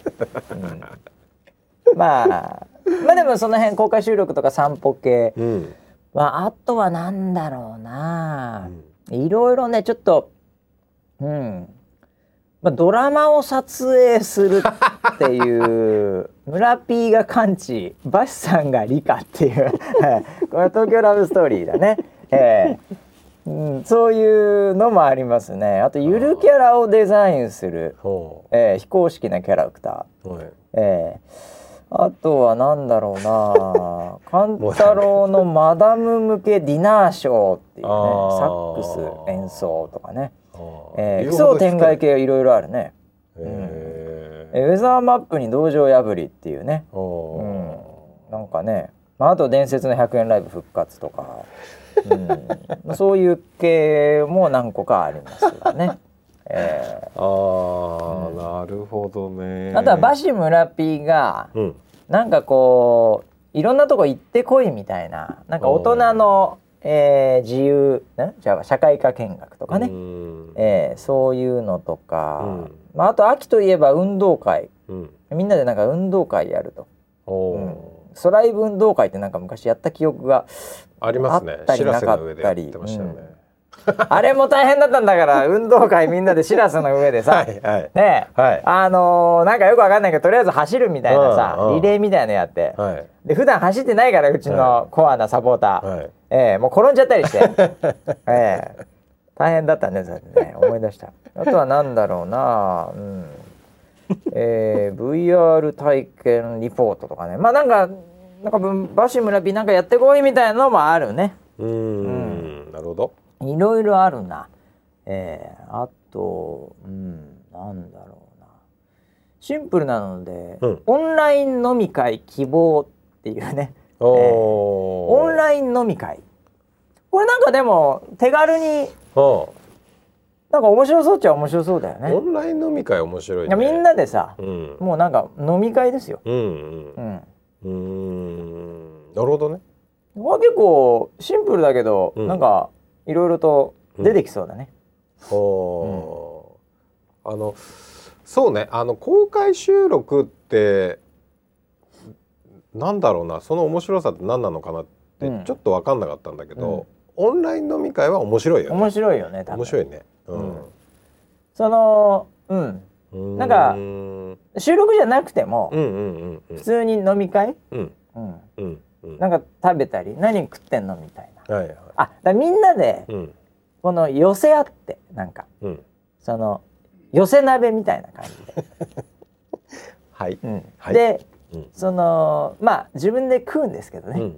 まあでもその辺公開収録とか散歩系、あとはなんだろうな、いろいろねちょっと、ドラマを撮影するっていう村 P が完治、バシさんが理科っていうこれは東京ラブストーリーだね。そういうのもありますね。あとゆるキャラをデザインする、非公式なキャラクター、あとはなんだろうな、勘太郎のマダム向けディナーショーっていうね、サックス演奏とかね、奇想天外系いろいろあるね。ウェザーマップに道場破りっていうね、なんかね、あと伝説の100円ライブ復活とか、そういう系も何個かありますよね。 なるほどね。 あとはバシ村 P が、なんかこういろんなとこ行ってこいみたいな、なんか大人の、自由じゃあ社会科見学とかね、そういうのとか、あと秋といえば運動会、みんなでなんか運動会やると。ソライブ運動会ってなんか昔やった記憶がありますね。 あったりなかったり。あれも大変だったんだから、運動会みんなでしらすの上でさ、ね、なんかよくわかんないけどとりあえず走るみたいなさ、リレーみたいなのやって、で普段走ってないからうちのコアなサポーター、もう転んじゃったりして、大変だったね、それね、思い出した。あとはなんだろうな、VR 体験リポートとかね、まあなんかバシ村 P なんかやってこいみたいなのもあるね。 なるほど。 いろいろあるな。あと、なんだろうな。シンプルなので、オンライン飲み会希望っていうね。オンライン飲み会。これなんかでも手軽に、なんか面白そうっちゃ面白そうだよね。 オンライン飲み会面白いね。 みんなでさ、もうなんか飲み会ですよ。なるほどね。 これ結構シンプルだけど、なんかいろいろと出てきそうだね。 そうね、公開収録ってなんだろうな、その面白さって何なのかなってちょっと分かんなかったんだけど、オンライン飲み会は面白いよね。 面白いよね、多分。 面白いね。 そのなんか収録じゃなくても普通に飲み会、なんか食べたり何食ってんのみたいな、だみんなでこの寄せ合って、なんかその寄せ鍋みたいな感じで、でそのまあ自分で食うんですけどね、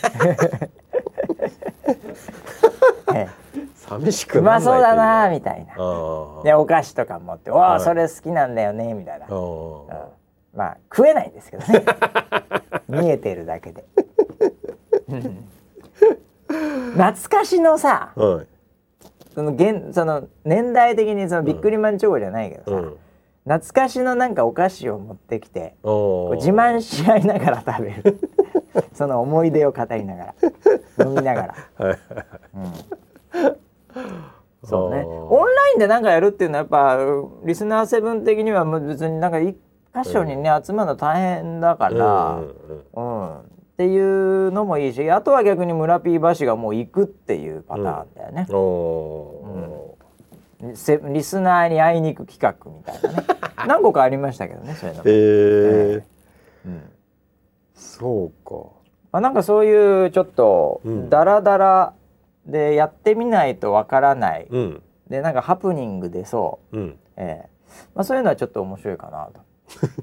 寂しくうまそうだなみたいな、でお菓子とか持って「おおそれ好きなんだよね」みたいな、まあ食えないんですけどね見えてるだけで懐かしのさ、その年代的にそのビックリマンチョコじゃないけどさ、懐かしのなんかお菓子を持ってきて自慢し合いながら食べるその思い出を語りながら飲みながらそうね、オンラインでなんかやるっていうのはやっぱリスナーセブン的には別になんか一箇所にね集まるの大変だから、っていうのもいいし、あとは逆に村 P バシがもう行くっていうパターンだよね。リスナーに会いに行く企画みたいなね何個かありましたけどね、そういうのも。 そうか。 なんかそういうちょっとダラダラでやってみないとわからない、でなんかハプニングでそう、そういうのはちょっと面白いかなと。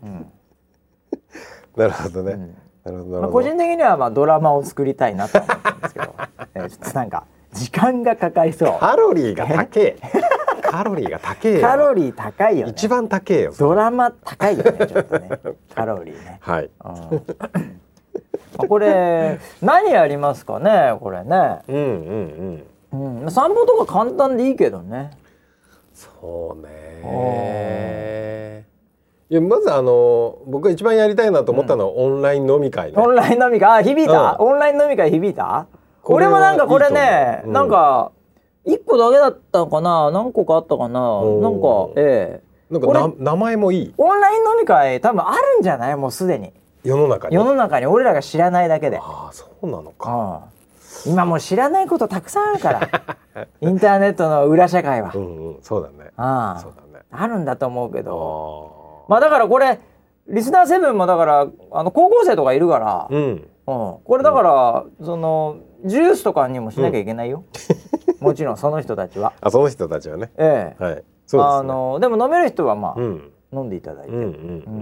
なるほどね。 個人的にはドラマを作りたいなと思ってるんですけど、ちょっとなんか時間がかかりそう。 カロリーが高えカロリーが高いよ。 カロリー高いよね。 一番高いよ。 ドラマ高いよね、ちょっとね。カロリーね。 はい。 これ何やりますかね、これね。散歩とか簡単でいいけどね。 そうね。いやまず僕が一番やりたいなと思ったのはオンライン飲み会ね。 オンライン飲み会、響いた？オンライン飲み会響いた？俺もなんかこれね、なんか1個だけだったかな、何個かあったかな、なんかなんか名前もいい。 オンライン飲み会多分あるんじゃない？もうすでに世の中に俺らが知らないだけで。 ああそうなのか。 今もう知らないことたくさんあるからインターネットの裏社会は。 そうだね。 そうだね。あるんだと思うけど、まあだからこれリスナー7もだから高校生とかいるから、これだからそのジュースとかにもしなきゃいけないよ。もちろんその人たちは。 その人たちはね。はい。そうですね。 でも飲める人はまあ飲んでいただいて。村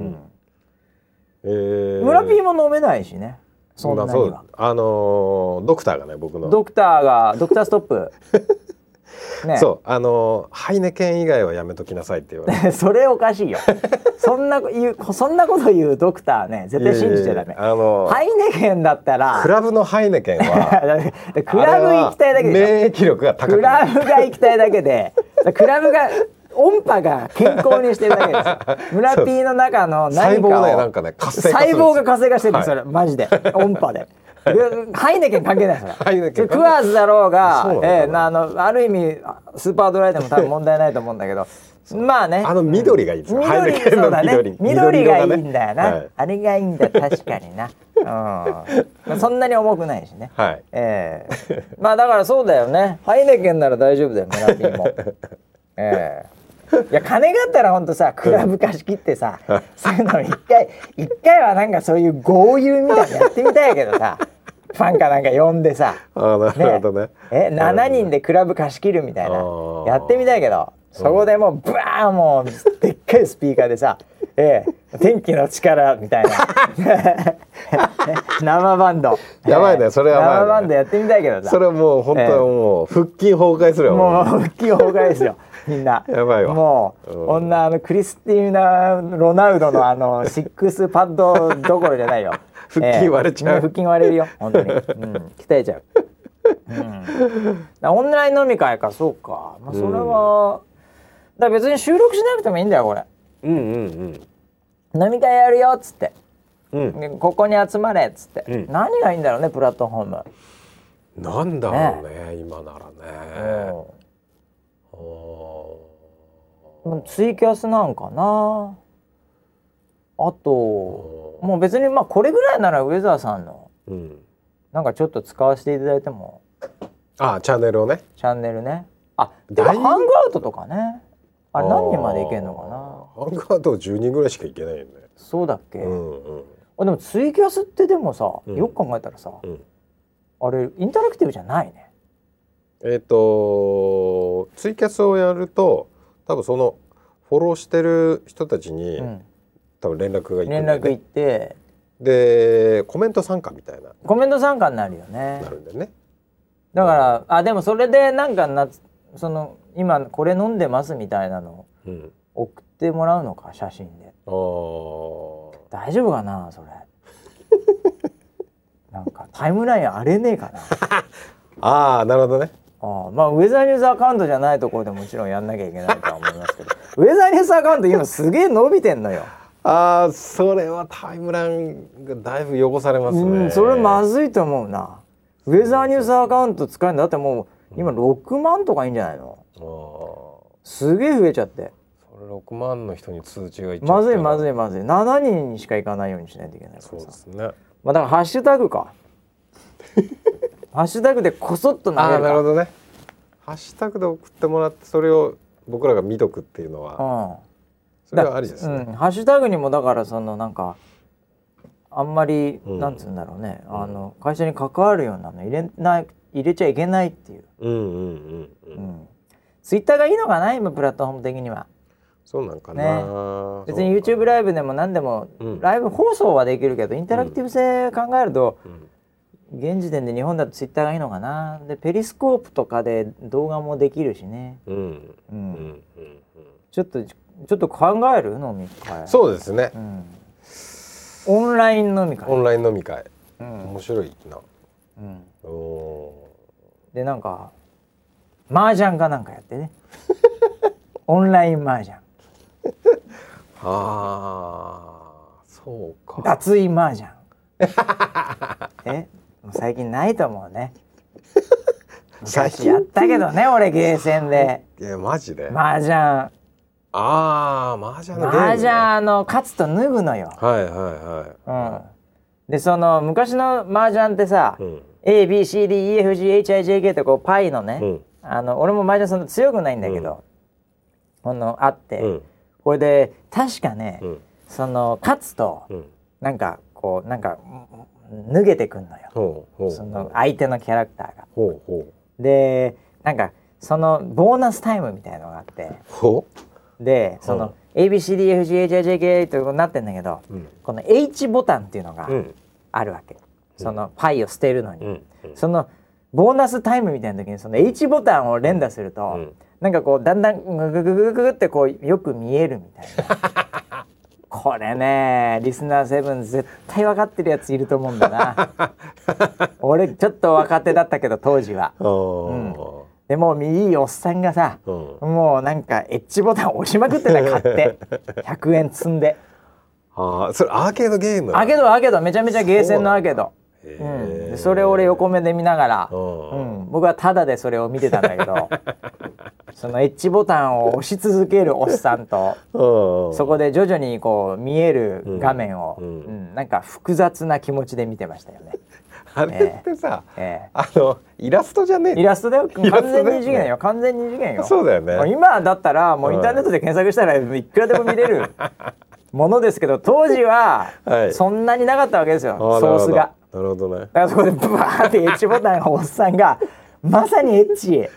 ピーも飲めないしね。そんなには。 ドクターがね、僕のドクターストップ。 ね、そうハイネケン以外はやめときなさいって言われてそれおかしいよ。そんなこと言うドクターね、絶対信じちゃダメ。ハイネケンだったらクラブのハイネケンはクラブ行きたいだけで免疫力が高くクラブが行きたいだけでクラブが音波が健康にしてるだけですよ。村 P の中の何かを細胞が活性化してるんです、それマジで音波で。ハイネケン関係ないですよ。クワーズだろうが、ある意味スーパードライでも多分問題ないと思うんだけど、まあね。 緑がいいですよ。ハイネケンの緑がいいんだよな。あれがいいんだ、確かにな。そんなに重くないしね。まあだからそうだよね。ハイネケンなら大丈夫だよ、村 P も。いや金があったらほんとさ、クラブ貸し切ってさ、そういうの一回はなんかそういう豪遊みたいなやってみたいけどさ、ファンかなんか呼んでさ、7人でクラブ貸し切るみたいなやってみたいけど、そこでもうブワーン、もうでっかいスピーカーでさ、天気の力みたいな生バンド、 やばいね、それは生バンドやってみたいけどさ、 それはもう本当はもう腹筋崩壊するよ。 もう腹筋崩壊ですよ。みんなやばいわ。 もう女クリスティーナ・ロナウドのシックスパッドどころじゃないよ。 腹筋割れちゃう。 腹筋割れるよ本当に。鍛えちゃう。オンライン飲み会か、そうか。まあそれはだ別に収録しなくてもいいんだよこれ。飲み会やるよっつって、ここに集まれっつって、何がいいんだろうね、プラットフォーム。 なんだろうね、今ならね。 ツイキャスなんかな。あともう別にまあこれぐらいならウェザーさんのなんかちょっと使わせていただいても。 チャンネルをね。 チャンネルね。でもハングアウトとかね、あれ何人までいけんのかな。 ハングアウト10人ぐらいしかいけないよね。 そうだっけ。でもツイキャスってでもさ、よく考えたらさ、あれインタラクティブじゃないね。 ツイキャスをやると多分そのフォローしてる人たちに、多分連絡がいって、 連絡いってでコメント参加みたいな、 コメント参加になるよね。 なるんだよね。 だからでもそれでなんかその今これ飲んでますみたいなのを送ってもらうのか、写真で。大丈夫かなそれ。なんかタイムライン荒れねえかな。 なるほどね。 まあウェザーニュースアカウントじゃないところでもちろんやんなきゃいけないとは思いますけどウェザーニュースアカウント今すげえ伸びてんのよ。 それはタイムラインがだいぶ汚されますね。 それまずいと思うな。ウェザーニュースアカウント使えるんだってもう今6万とかいいんじゃないの。すげえ増えちゃって。 それ6万の人に通知がいっちゃったらまずい7人にしか行かないようにしないといけないからさ。 そうですね。 まあだからハッシュタグかハッシュタグでこそっと投げるか。 なるほどね。ハッシュタグで送ってもらってそれを僕らが見とくっていうのは、それはありですね。 ハッシュタグにもだからそのなんかあんまり、なんつうんだろうね、会社に関わるようなの入れちゃいけないっていう。ツイッターがいいのかな今プラットフォーム的には。 そうなんかな、 別に YouTube ライブでも何でも、ライブ放送はできるけどインタラクティブ性考えると、 現時点で日本だとツイッターがいいのかな。でペリスコープとかで動画もできるしね。ちょっと考える飲み会。 そうですね、 オンライン飲み会。 面白いな。 でなんか麻雀かなんかやってね。オンライン麻雀。 そうか。 脱衣麻雀。もう最近ないと思うね。昔やったけどね、俺ゲーセンで。 マジで。 麻雀。 麻雀のゲーム、ね。 麻雀勝つと脱ぐのよ。でその昔の麻雀ってさ、ABCDEFGHIJK ってこうパイのね、俺も麻雀そんな強くないんだけど、あって、これで確かね、その勝つと、なんかこうなんか脱げてくんのよ、その相手のキャラクターが。でなんかそのボーナスタイムみたいのがあって、でその ABCDEFGHIJK となってんだけど、この H ボタンっていうのがあるわけ、そのパイを捨てるのに、そのボーナスタイムみたいな時にその H ボタンを連打すると、なんかこうだんだんグググググってこうよく見えるみたいな。これねリスナー7絶対分かってるやついると思うんだな。俺ちょっと若手だったけど当時は。でもいいおっさんがさ、もうなんかエッジボタン押しまくってた、買って100円積んで。 それアーケードゲーム。 アーケードめちゃめちゃゲーセンのアーケード。でそれを俺横目で見ながら、僕はタダでそれを見てたんだけど、そのエッジボタンを押し続けるおっさんと、そこで徐々にこう見える画面を、なんか複雑な気持ちで見てましたよね。 あれってさ、イラストじゃねえ。 イラストだよ。完全に二次元よ。完全に二次元よ。 そうだよね。 今だったらもうインターネットで検索したらいくらでも見れるものですけど、当時はそんなになかったわけですよ、ソースが。 なるほどね。 だからそこでバーってエッジボタンをおっさんがまさにエッチ、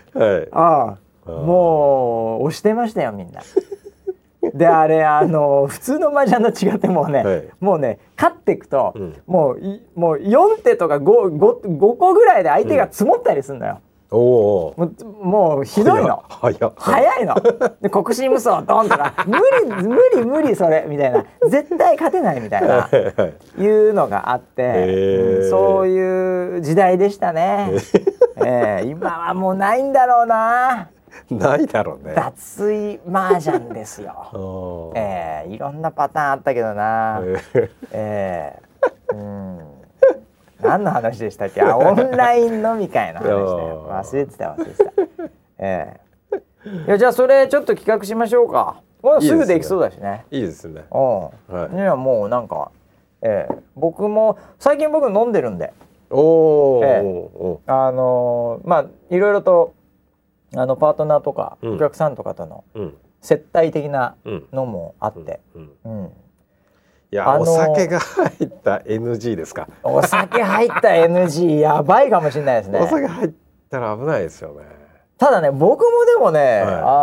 もう押してましたよみんな。であれ普通の麻雀と違ってもうね、もうね勝っていくと、もう4手とか 5個ぐらいで相手が積もったりするんだよ。もうひどいの。早いの。で国士無双ドンとか無理それみたいな、絶対勝てないみたいないうのがあって、そういう時代でしたね。今はもうないんだろうな。 ないだろうね。 脱衣麻雀ですよ。いろんなパターンあったけどな。何の話でしたっけ？オンライン飲み会の話だよ。忘れてた。いやじゃあそれちょっと企画しましょうか。すぐできそうだしね。 いいですね。 いやもうなんか、僕も最近僕飲んでるんで、まあいろいろとパートナーとかお客さんとかとの接待的なのもあって、 いやお酒が入った NG ですか。 お酒入った NG やばいかもしれないですね。 お酒入ったら危ないですよね。 ただね僕もでもね、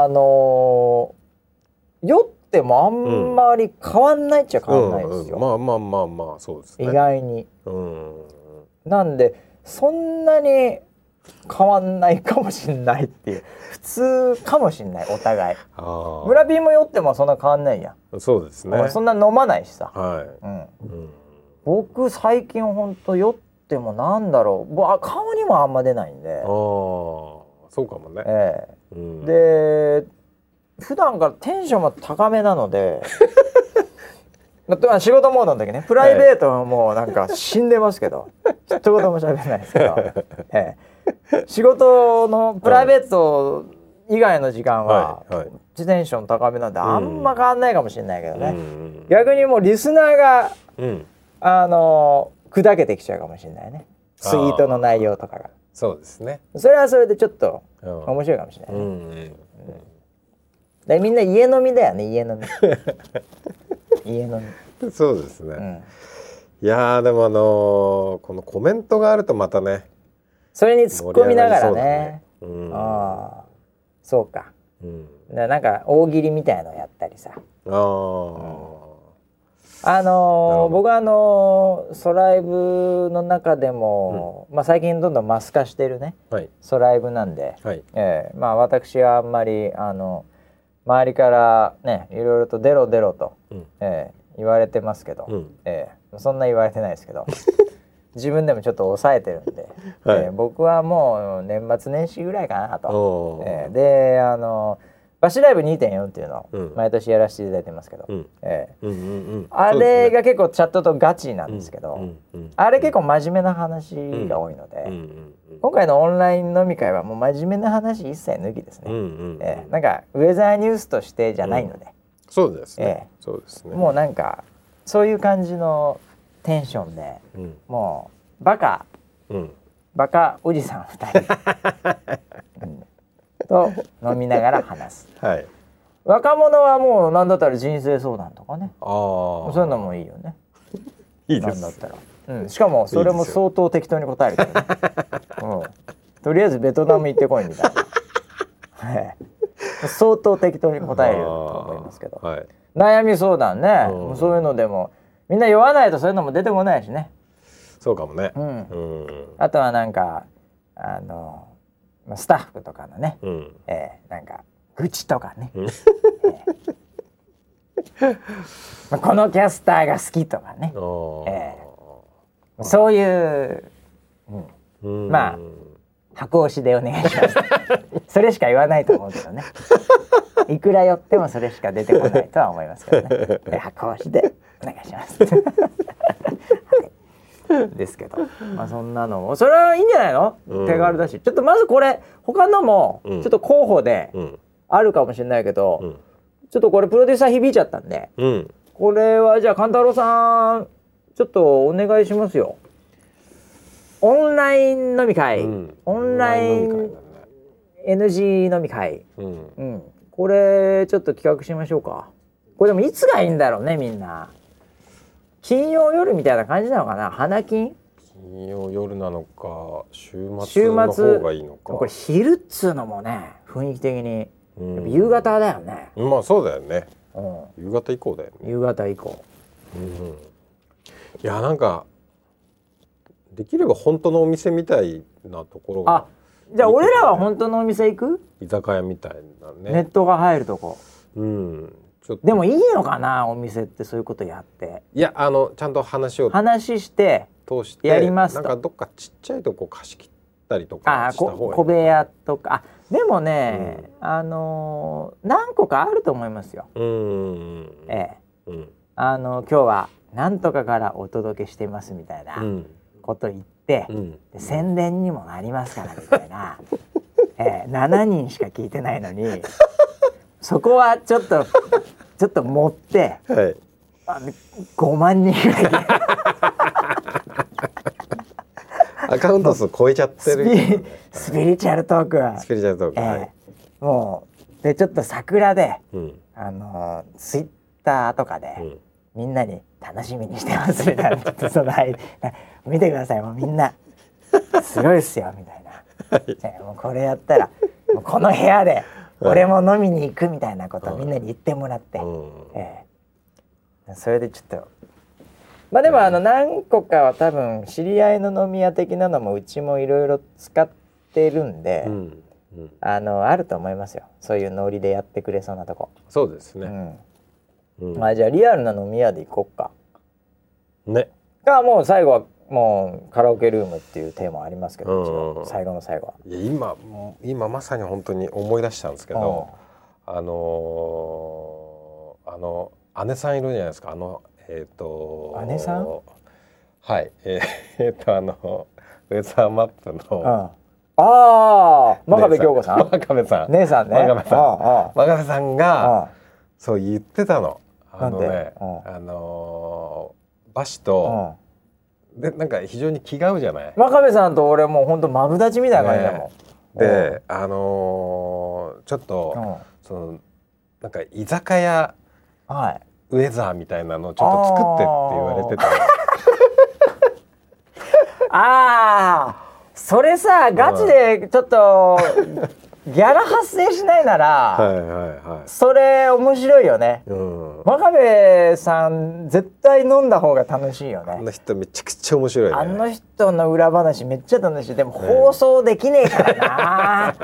酔ってもあんまり変わんないっちゃ変わんないですよ。 まあそうですね。 意外に。なんでそんなに変わんないかもしんないっていう、普通かもしんない。お互い村 P も酔ってもそんな変わんないやん。 そうですね。 そんな飲まないしさ。僕最近ほんと酔ってもなんだろう、顔にもあんま出ないんで。 そうかもね。 で普段からテンションが高めなので仕事モードの時ね、プライベートはもうなんか死んでますけど、一言も喋れないですけど、仕事のプライベート以外の時間はテンション高めなんであんま変わんないかもしれないけどね。逆にもうリスナーが砕けてきちゃうかもしれないね、ツイートの内容とかが。 そうですね。 それはそれでちょっと面白いかもしれないね。でみんな家飲みだよね、家飲み。家飲み。 そうですね。いやでもこのコメントがあるとまたね、 それに突っ込みながらね。そうか。なんか大喜利みたいのやったりさ。 僕はソライブの中でも、最近どんどんマス化してるね、ソライブなんで、私はあんまり周りからねいろいろと出ろ出ろと、言われてますけど、そんな言われてないですけど自分でもちょっと抑えてるんで、僕はもう年末年始ぐらいかなと。でバシライブ 2.4 っていうのを毎年やらせていただいてますけど、あれが結構チャットとガチなんですけど、あれ結構真面目な話が多いので、今回のオンライン飲み会はもう真面目な話一切抜きですね。なんかウェザーニュースとしてじゃないので、 そうですね。そうですね。 もうなんかそういう感じのテンションで、もうバカおじさん2人。と飲みながら話す、若者はもう何だったら人生相談とかね、そういうのもいいよね。 いいです。 なんだったら、しかもそれも相当適当に答えるからね。とりあえずベトナム行ってこいみたいな、相当適当に答えると思いますけど、悩み相談ね、そういうのでもみんな酔わないとそういうのも出てこないしね。 そうかもね。 あとはなんかスタッフとかのね、なんか愚痴とかね、このキャスターが好きとかね、そういう、箱押しでお願いします。それしか言わないと思うけどね。いくら寄ってもそれしか出てこないとは思いますけどね。箱押しでお願いします。ですけど、そんなのもそれはいいんじゃないの、手軽だし。ちょっとまずこれ他のもちょっと候補であるかもしれないけど、ちょっとこれプロデューサー響いちゃったんで、これはじゃあ勘太郎さんちょっとお願いしますよ。オンライン飲み会、オンライン NG 飲み会、これちょっと企画しましょうか。これでもいつがいいんだろうね、みんな。金曜夜みたいな感じなのかな、花金。 金曜夜なのか週末の方がいいのか。 これ昼っつうのもね雰囲気的に夕方だよね。 まあそうだよね、夕方以降だよね。 夕方以降、 いやなんかできれば本当のお店みたいなところが、 じゃあ俺らは本当のお店行く？ 居酒屋みたいなね、 ネットが入るとこ。でもいいのかな、お店ってそういうことやって。 いやちゃんと話して通してやりますと。 なんかどっかちっちゃいとこ貸し切ったりとかした方がいい。 小部屋とか。でもね、何個かあると思いますよ。今日はなんとかからお届けしてますみたいなこと言って、で宣伝にもなりますからみたいな、7人しか聞いてないのにそこはちょっと持って、5万人ぐらいアカウント数超えちゃってる。 スピリチュアルトーク、もうでちょっと桜で、ツイッターとかで、みんなに楽しみにしてますみたいなその見てください、もうみんなすごいっすよみたいな、もうこれやったらもうこの部屋で俺も飲みに行くみたいなことをみんなに言ってもらって、それでちょっとでも何個かは多分知り合いの飲み屋的なのもうちもいろいろ使ってるんで、あると思いますよ、そういうノリでやってくれそうなとこ。 そうですね、 じゃあリアルな飲み屋で行こっかね。 もう最後はもうカラオケルームっていうテーマありますけど、最後の最後は。いや今まさに本当に思い出したんですけど、姉さんいるじゃないですか。 姉さん？ はい。ウェザーマップの真壁京子さん？ 真壁さん。 姉さんね。 真壁さんがそう言ってたの。バシとでなんか非常に気が合うじゃない。 真壁さんと俺もう本当マブダチみたいな感じだもん。 でちょっとそのなんか居酒屋ウェザーみたいなのをちょっと作ってって言われてた。 それさガチでちょっとギャラ発生しないなら、それ面白いよね。真壁さん絶対飲んだ方が楽しいよね。 あの人めちゃくちゃ面白いね。 あの人の裏話めっちゃ楽しい。でも放送できねえからな。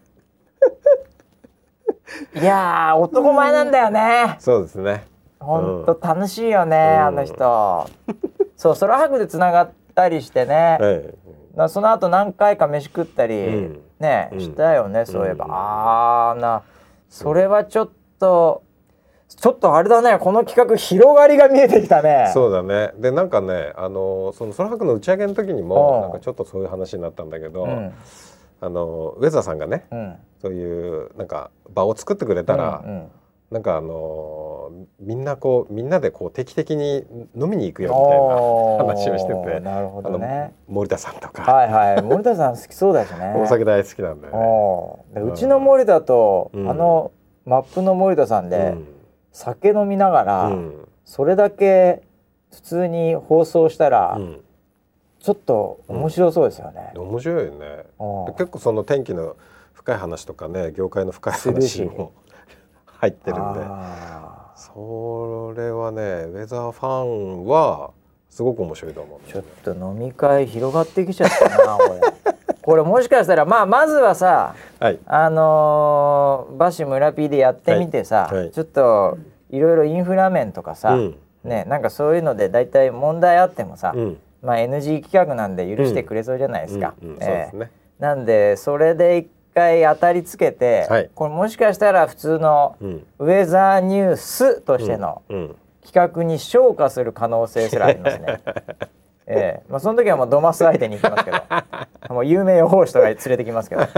いやー男前なんだよね。 そうですね。 ほんと楽しいよね、あの人。そう、空白でつながったりしてね、その後何回か飯食ったり、ね、したよね、そういえば。それはちょっとあれだね、この企画広がりが見えてきたね。 そうだね。でなんかね、その空白の打ち上げの時にもなんかちょっとそういう話になったんだけど、ウェザーさんがね、そういうなんか場を作ってくれたら、なんかみんなでこう定期的に飲みに行くよみたいな話をしてて、 なるほどね。 森田さんとか、 森田さん好きそうだしね。 お酒大好きなんで、 うちの森田とマップの森田さんで酒飲みながらそれだけ普通に放送したらちょっと面白そうですよね。 面白いよね。結構その天気の深い話とかね、業界の深い話も入ってるんで、それはねウェザーファンはすごく面白いと思う。 ちょっと飲み会広がってきちゃったなこれもしかしたらまずはさ、バシ村 P でやってみてさ、ちょっといろいろインフラ面とかさ、ね、なんかそういうのでだいたい問題あってもさ、NG 企画なんで許してくれそうじゃないですか。なんでそれで一回当たりつけて、これもしかしたら普通のウェザーニュースとしての企画に昇華する可能性すらありますね。その時はもうドマス相手に行きますけど、もう有名予報士とか連れてきますけど、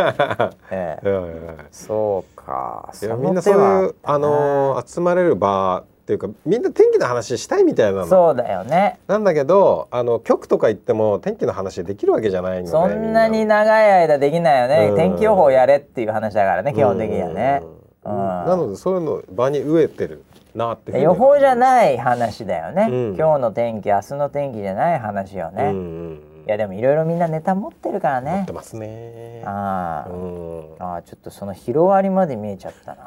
そうか。 みんなそういう集まれる場っていうか、みんな天気の話したいみたいなの。 そうだよね。 なんだけど局とか行っても天気の話できるわけじゃないので、 そんなに長い間できないよね。天気予報やれっていう話だからね、基本的にはね。 なのでそういうの場に飢えてるなって。 予報じゃない話だよね。今日の天気、明日の天気じゃない話よね。いやでもいろいろみんなネタ持ってるからね。 持ってますね。 ちょっとその広がりまで見えちゃった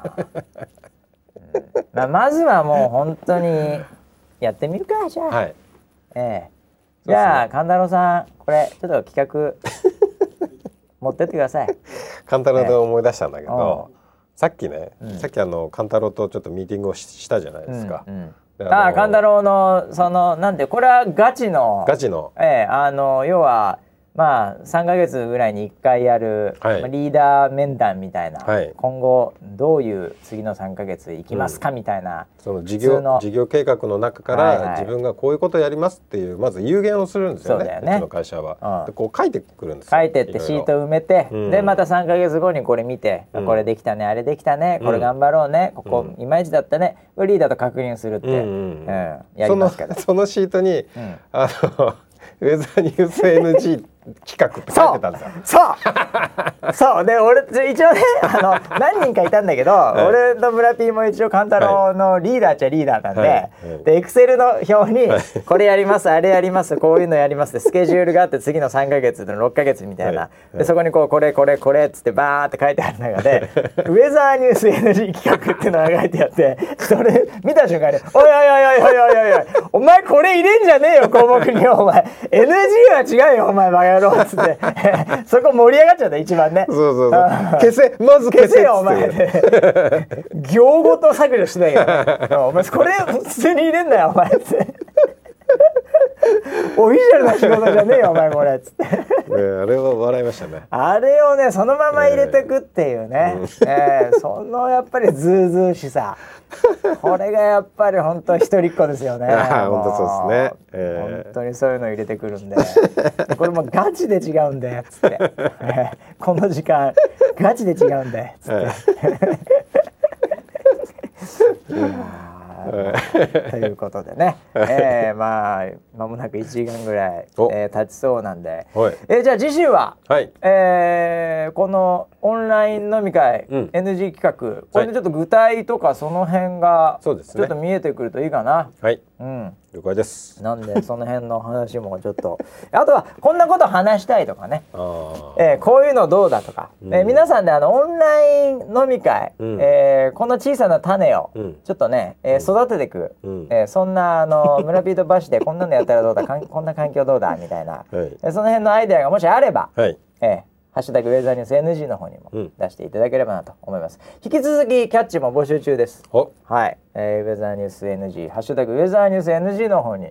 な。まずはもう本当にやってみるか、じゃあ。じゃあ勘太郎さん、これちょっと企画持ってってください。 勘太郎で思い出したんだけど、さっきね、さっき勘太郎とちょっとミーティングをしたじゃないですか。 勘太郎のそのなんて、これはガチの要は3ヶ月ぐらいに1回やる、リーダー面談みたいな、今後どういう次の3ヶ月いきますかみたいな、 その事業計画の中から自分がこういうことやりますっていうまず有言をするんですよね。うちの会社はでこう書いてくるんですよ。 書いてってシート埋めて、でまた3ヶ月後にこれ見て、これできたね、あれできたね、これ頑張ろうね、ここいまいちだったね、リーダーと確認するってやりますから。 そのシートにウェザーニュース NG 企画って書いてたんですよ。 そうで、俺一応ね何人かいたんだけど、俺と村 P も一応勘太郎のリーダーっちゃリーダーなんで、でエクセルの表にこれやります、あれやります、こういうのやりますってスケジュールがあって、次の3ヶ月の6ヶ月みたいな、でそこにこれっつってバーって書いてある中でウェザーニュース NG 企画っていうのが書いてあって、それ見た瞬間に「おいお前これ入れんじゃねえよ項目に、お前 NG は違うよお前バカ野郎」っつってそこ盛り上がっちゃった一番ね。 そうまず消せよお前って行ごと削除してたけど、お前これ普通に入れんなよお前ってオフィシャルな仕事じゃねえよお前これっつってあれは笑いましたね。 あれをねそのまま入れてくっていうね、そのやっぱりズうずうしさ、これがやっぱり本当一人っ子ですよね。 本当そうですね、本当にそういうの入れてくるんでこれもガチで違うんでっつって、この時間ガチで違うんでっつって、 ということでね、まあ間もなく1時間ぐらい、経ちそうなんで、じゃあ次週は、このオンライン飲み会、NG 企画、これでちょっと具体とかその辺がちょっと見えてくるといいかな。 了解です。 なんでその辺の話もちょっとあとはこんなこと話したいとかね、こういうのどうだとか、皆さんでオンライン飲み会、この小さな種をちょっとね、育てていく、そんな村ピートバシでこんなのやったらどうだこんな環境どうだみたいな、その辺のアイデアがもしあれば、ハッシュタグウェザーニュース NG の方にも出していただければなと思います。引き続きキャッチも募集中です。はい、ウェザーニュース NG ハッシュタグウェザーニュース NG の方に、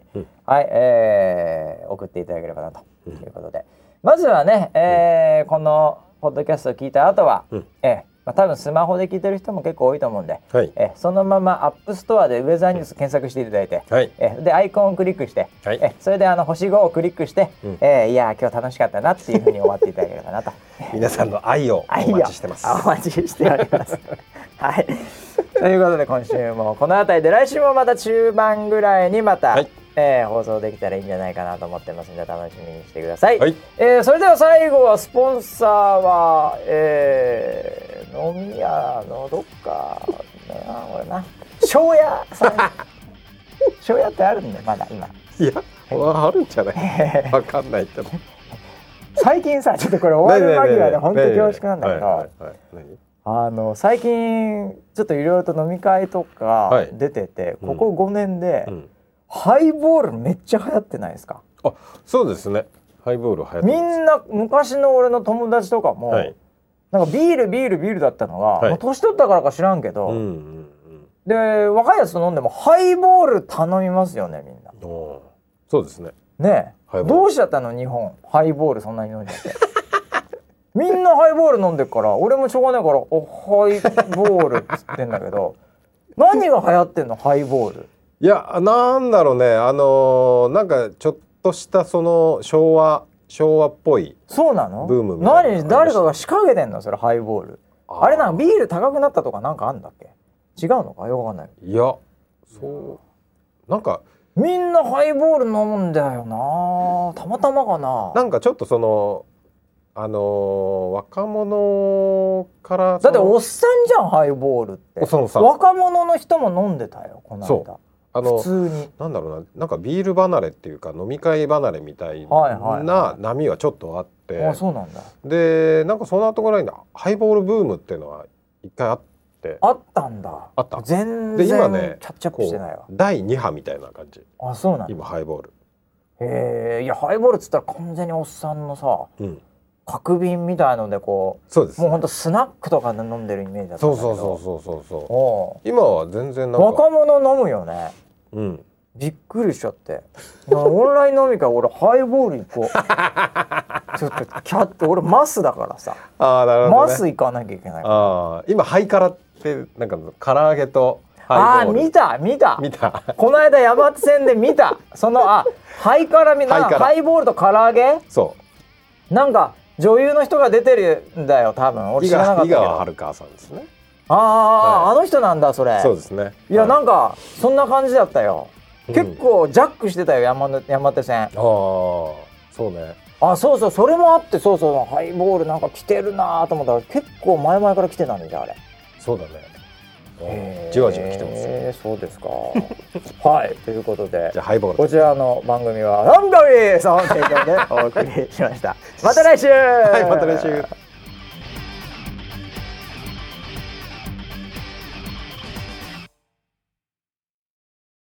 送っていただければなということで、まずはね、このポッドキャストを聞いた後は、多分スマホで聞いてる人も結構多いと思うんで、そのままアップストアでウェザーニュース検索していただいて、でアイコンをクリックして、それで星5をクリックして、いや今日楽しかったなっていうふうに終わっていただければなと皆さんの愛をお待ちしてます。 お待ちしておりますはい、ということで今週もこの辺りで、来週もまた中盤ぐらいにまた、放送できたらいいんじゃないかなと思ってますので楽しみにしてください。それでは最後はスポンサーは、飲み屋のどっかこれな庄屋さん庄屋ってあるんだよまだ今。 いやあるんじゃないわかんないけど最近さちょっとこれ終わる間際で本当に恐縮なんだけど、最近ちょっといろいろと飲み会とか出てて、ここ5年で、ハイボールめっちゃ流行ってないですか？ あ、そうですね。ハイボール流行ってます。 みんな昔の俺の友達とかも、なんかビールだったのが、もう年取ったからか知らんけど、で若いやつと飲んでもハイボール頼みますよねみんな。 そうですね。 ねえ、どうしちゃったの日本ハイボールそんなに飲んじゃって。みんなハイボール飲んでるから俺もしょうがないからハイボールっつってんだけど何が流行ってんのハイボール。 いやなんだろうね、なんかちょっとしたその昭和っぽいそうなのブームみたいな。 誰かが仕掛けてんのそれハイボール。あれなんかビール高くなったとかなんかあんだっけ？違うのかよくわかんない。いやそうなんかみんなハイボール飲むんだよな。たまたまかな。なんかちょっとその若者からだっておっさんじゃんハイボールって。若者の人も飲んでたよこの間。普通になんだろうな、なんかビール離れっていうか飲み会離れみたいな波はちょっとあって、あ、そうなんだ。でなんかその後ぐらいにハイボールブームっていうのは一回あったんだ。あった。全然で今ねキャッチアップしてないわ。第2波みたいな感じ。あ、そうなんだ。今ハイボール。いやハイボールっつったら完全におっさんのさ、角瓶みたいのでこう、そうです、もうほんとスナックとかで飲んでるイメージだったんだけど。そう今は全然なんか若者飲むよね。びっくりしちゃって。オンライン飲み会俺ハイボール行こう。ちょっとキャット俺マスだからさ。なるほどね、マス行かなきゃいけないから。今ハイカラってなんか唐揚げとハイボール。見たこの間山手線で見た。そのハイカラハイボールと唐揚げ。そうなんか女優の人が出てるんだよ多分。俺知らなかったけど。井川遥さんですね。あの人なんだそれ。そうですね。いやなんかそんな感じだったよ。結構ジャックしてたよ山手線。そうね。そうそれもあって、そうハイボールなんか来てるなと思ったら結構前々から来てたんであれ。そうだね。じわじわ来てますね。そうですか。はい、ということで、じゃあハイボールこちらの番組はハンガリーさんということでお送りしました。また来週。はい、また来週。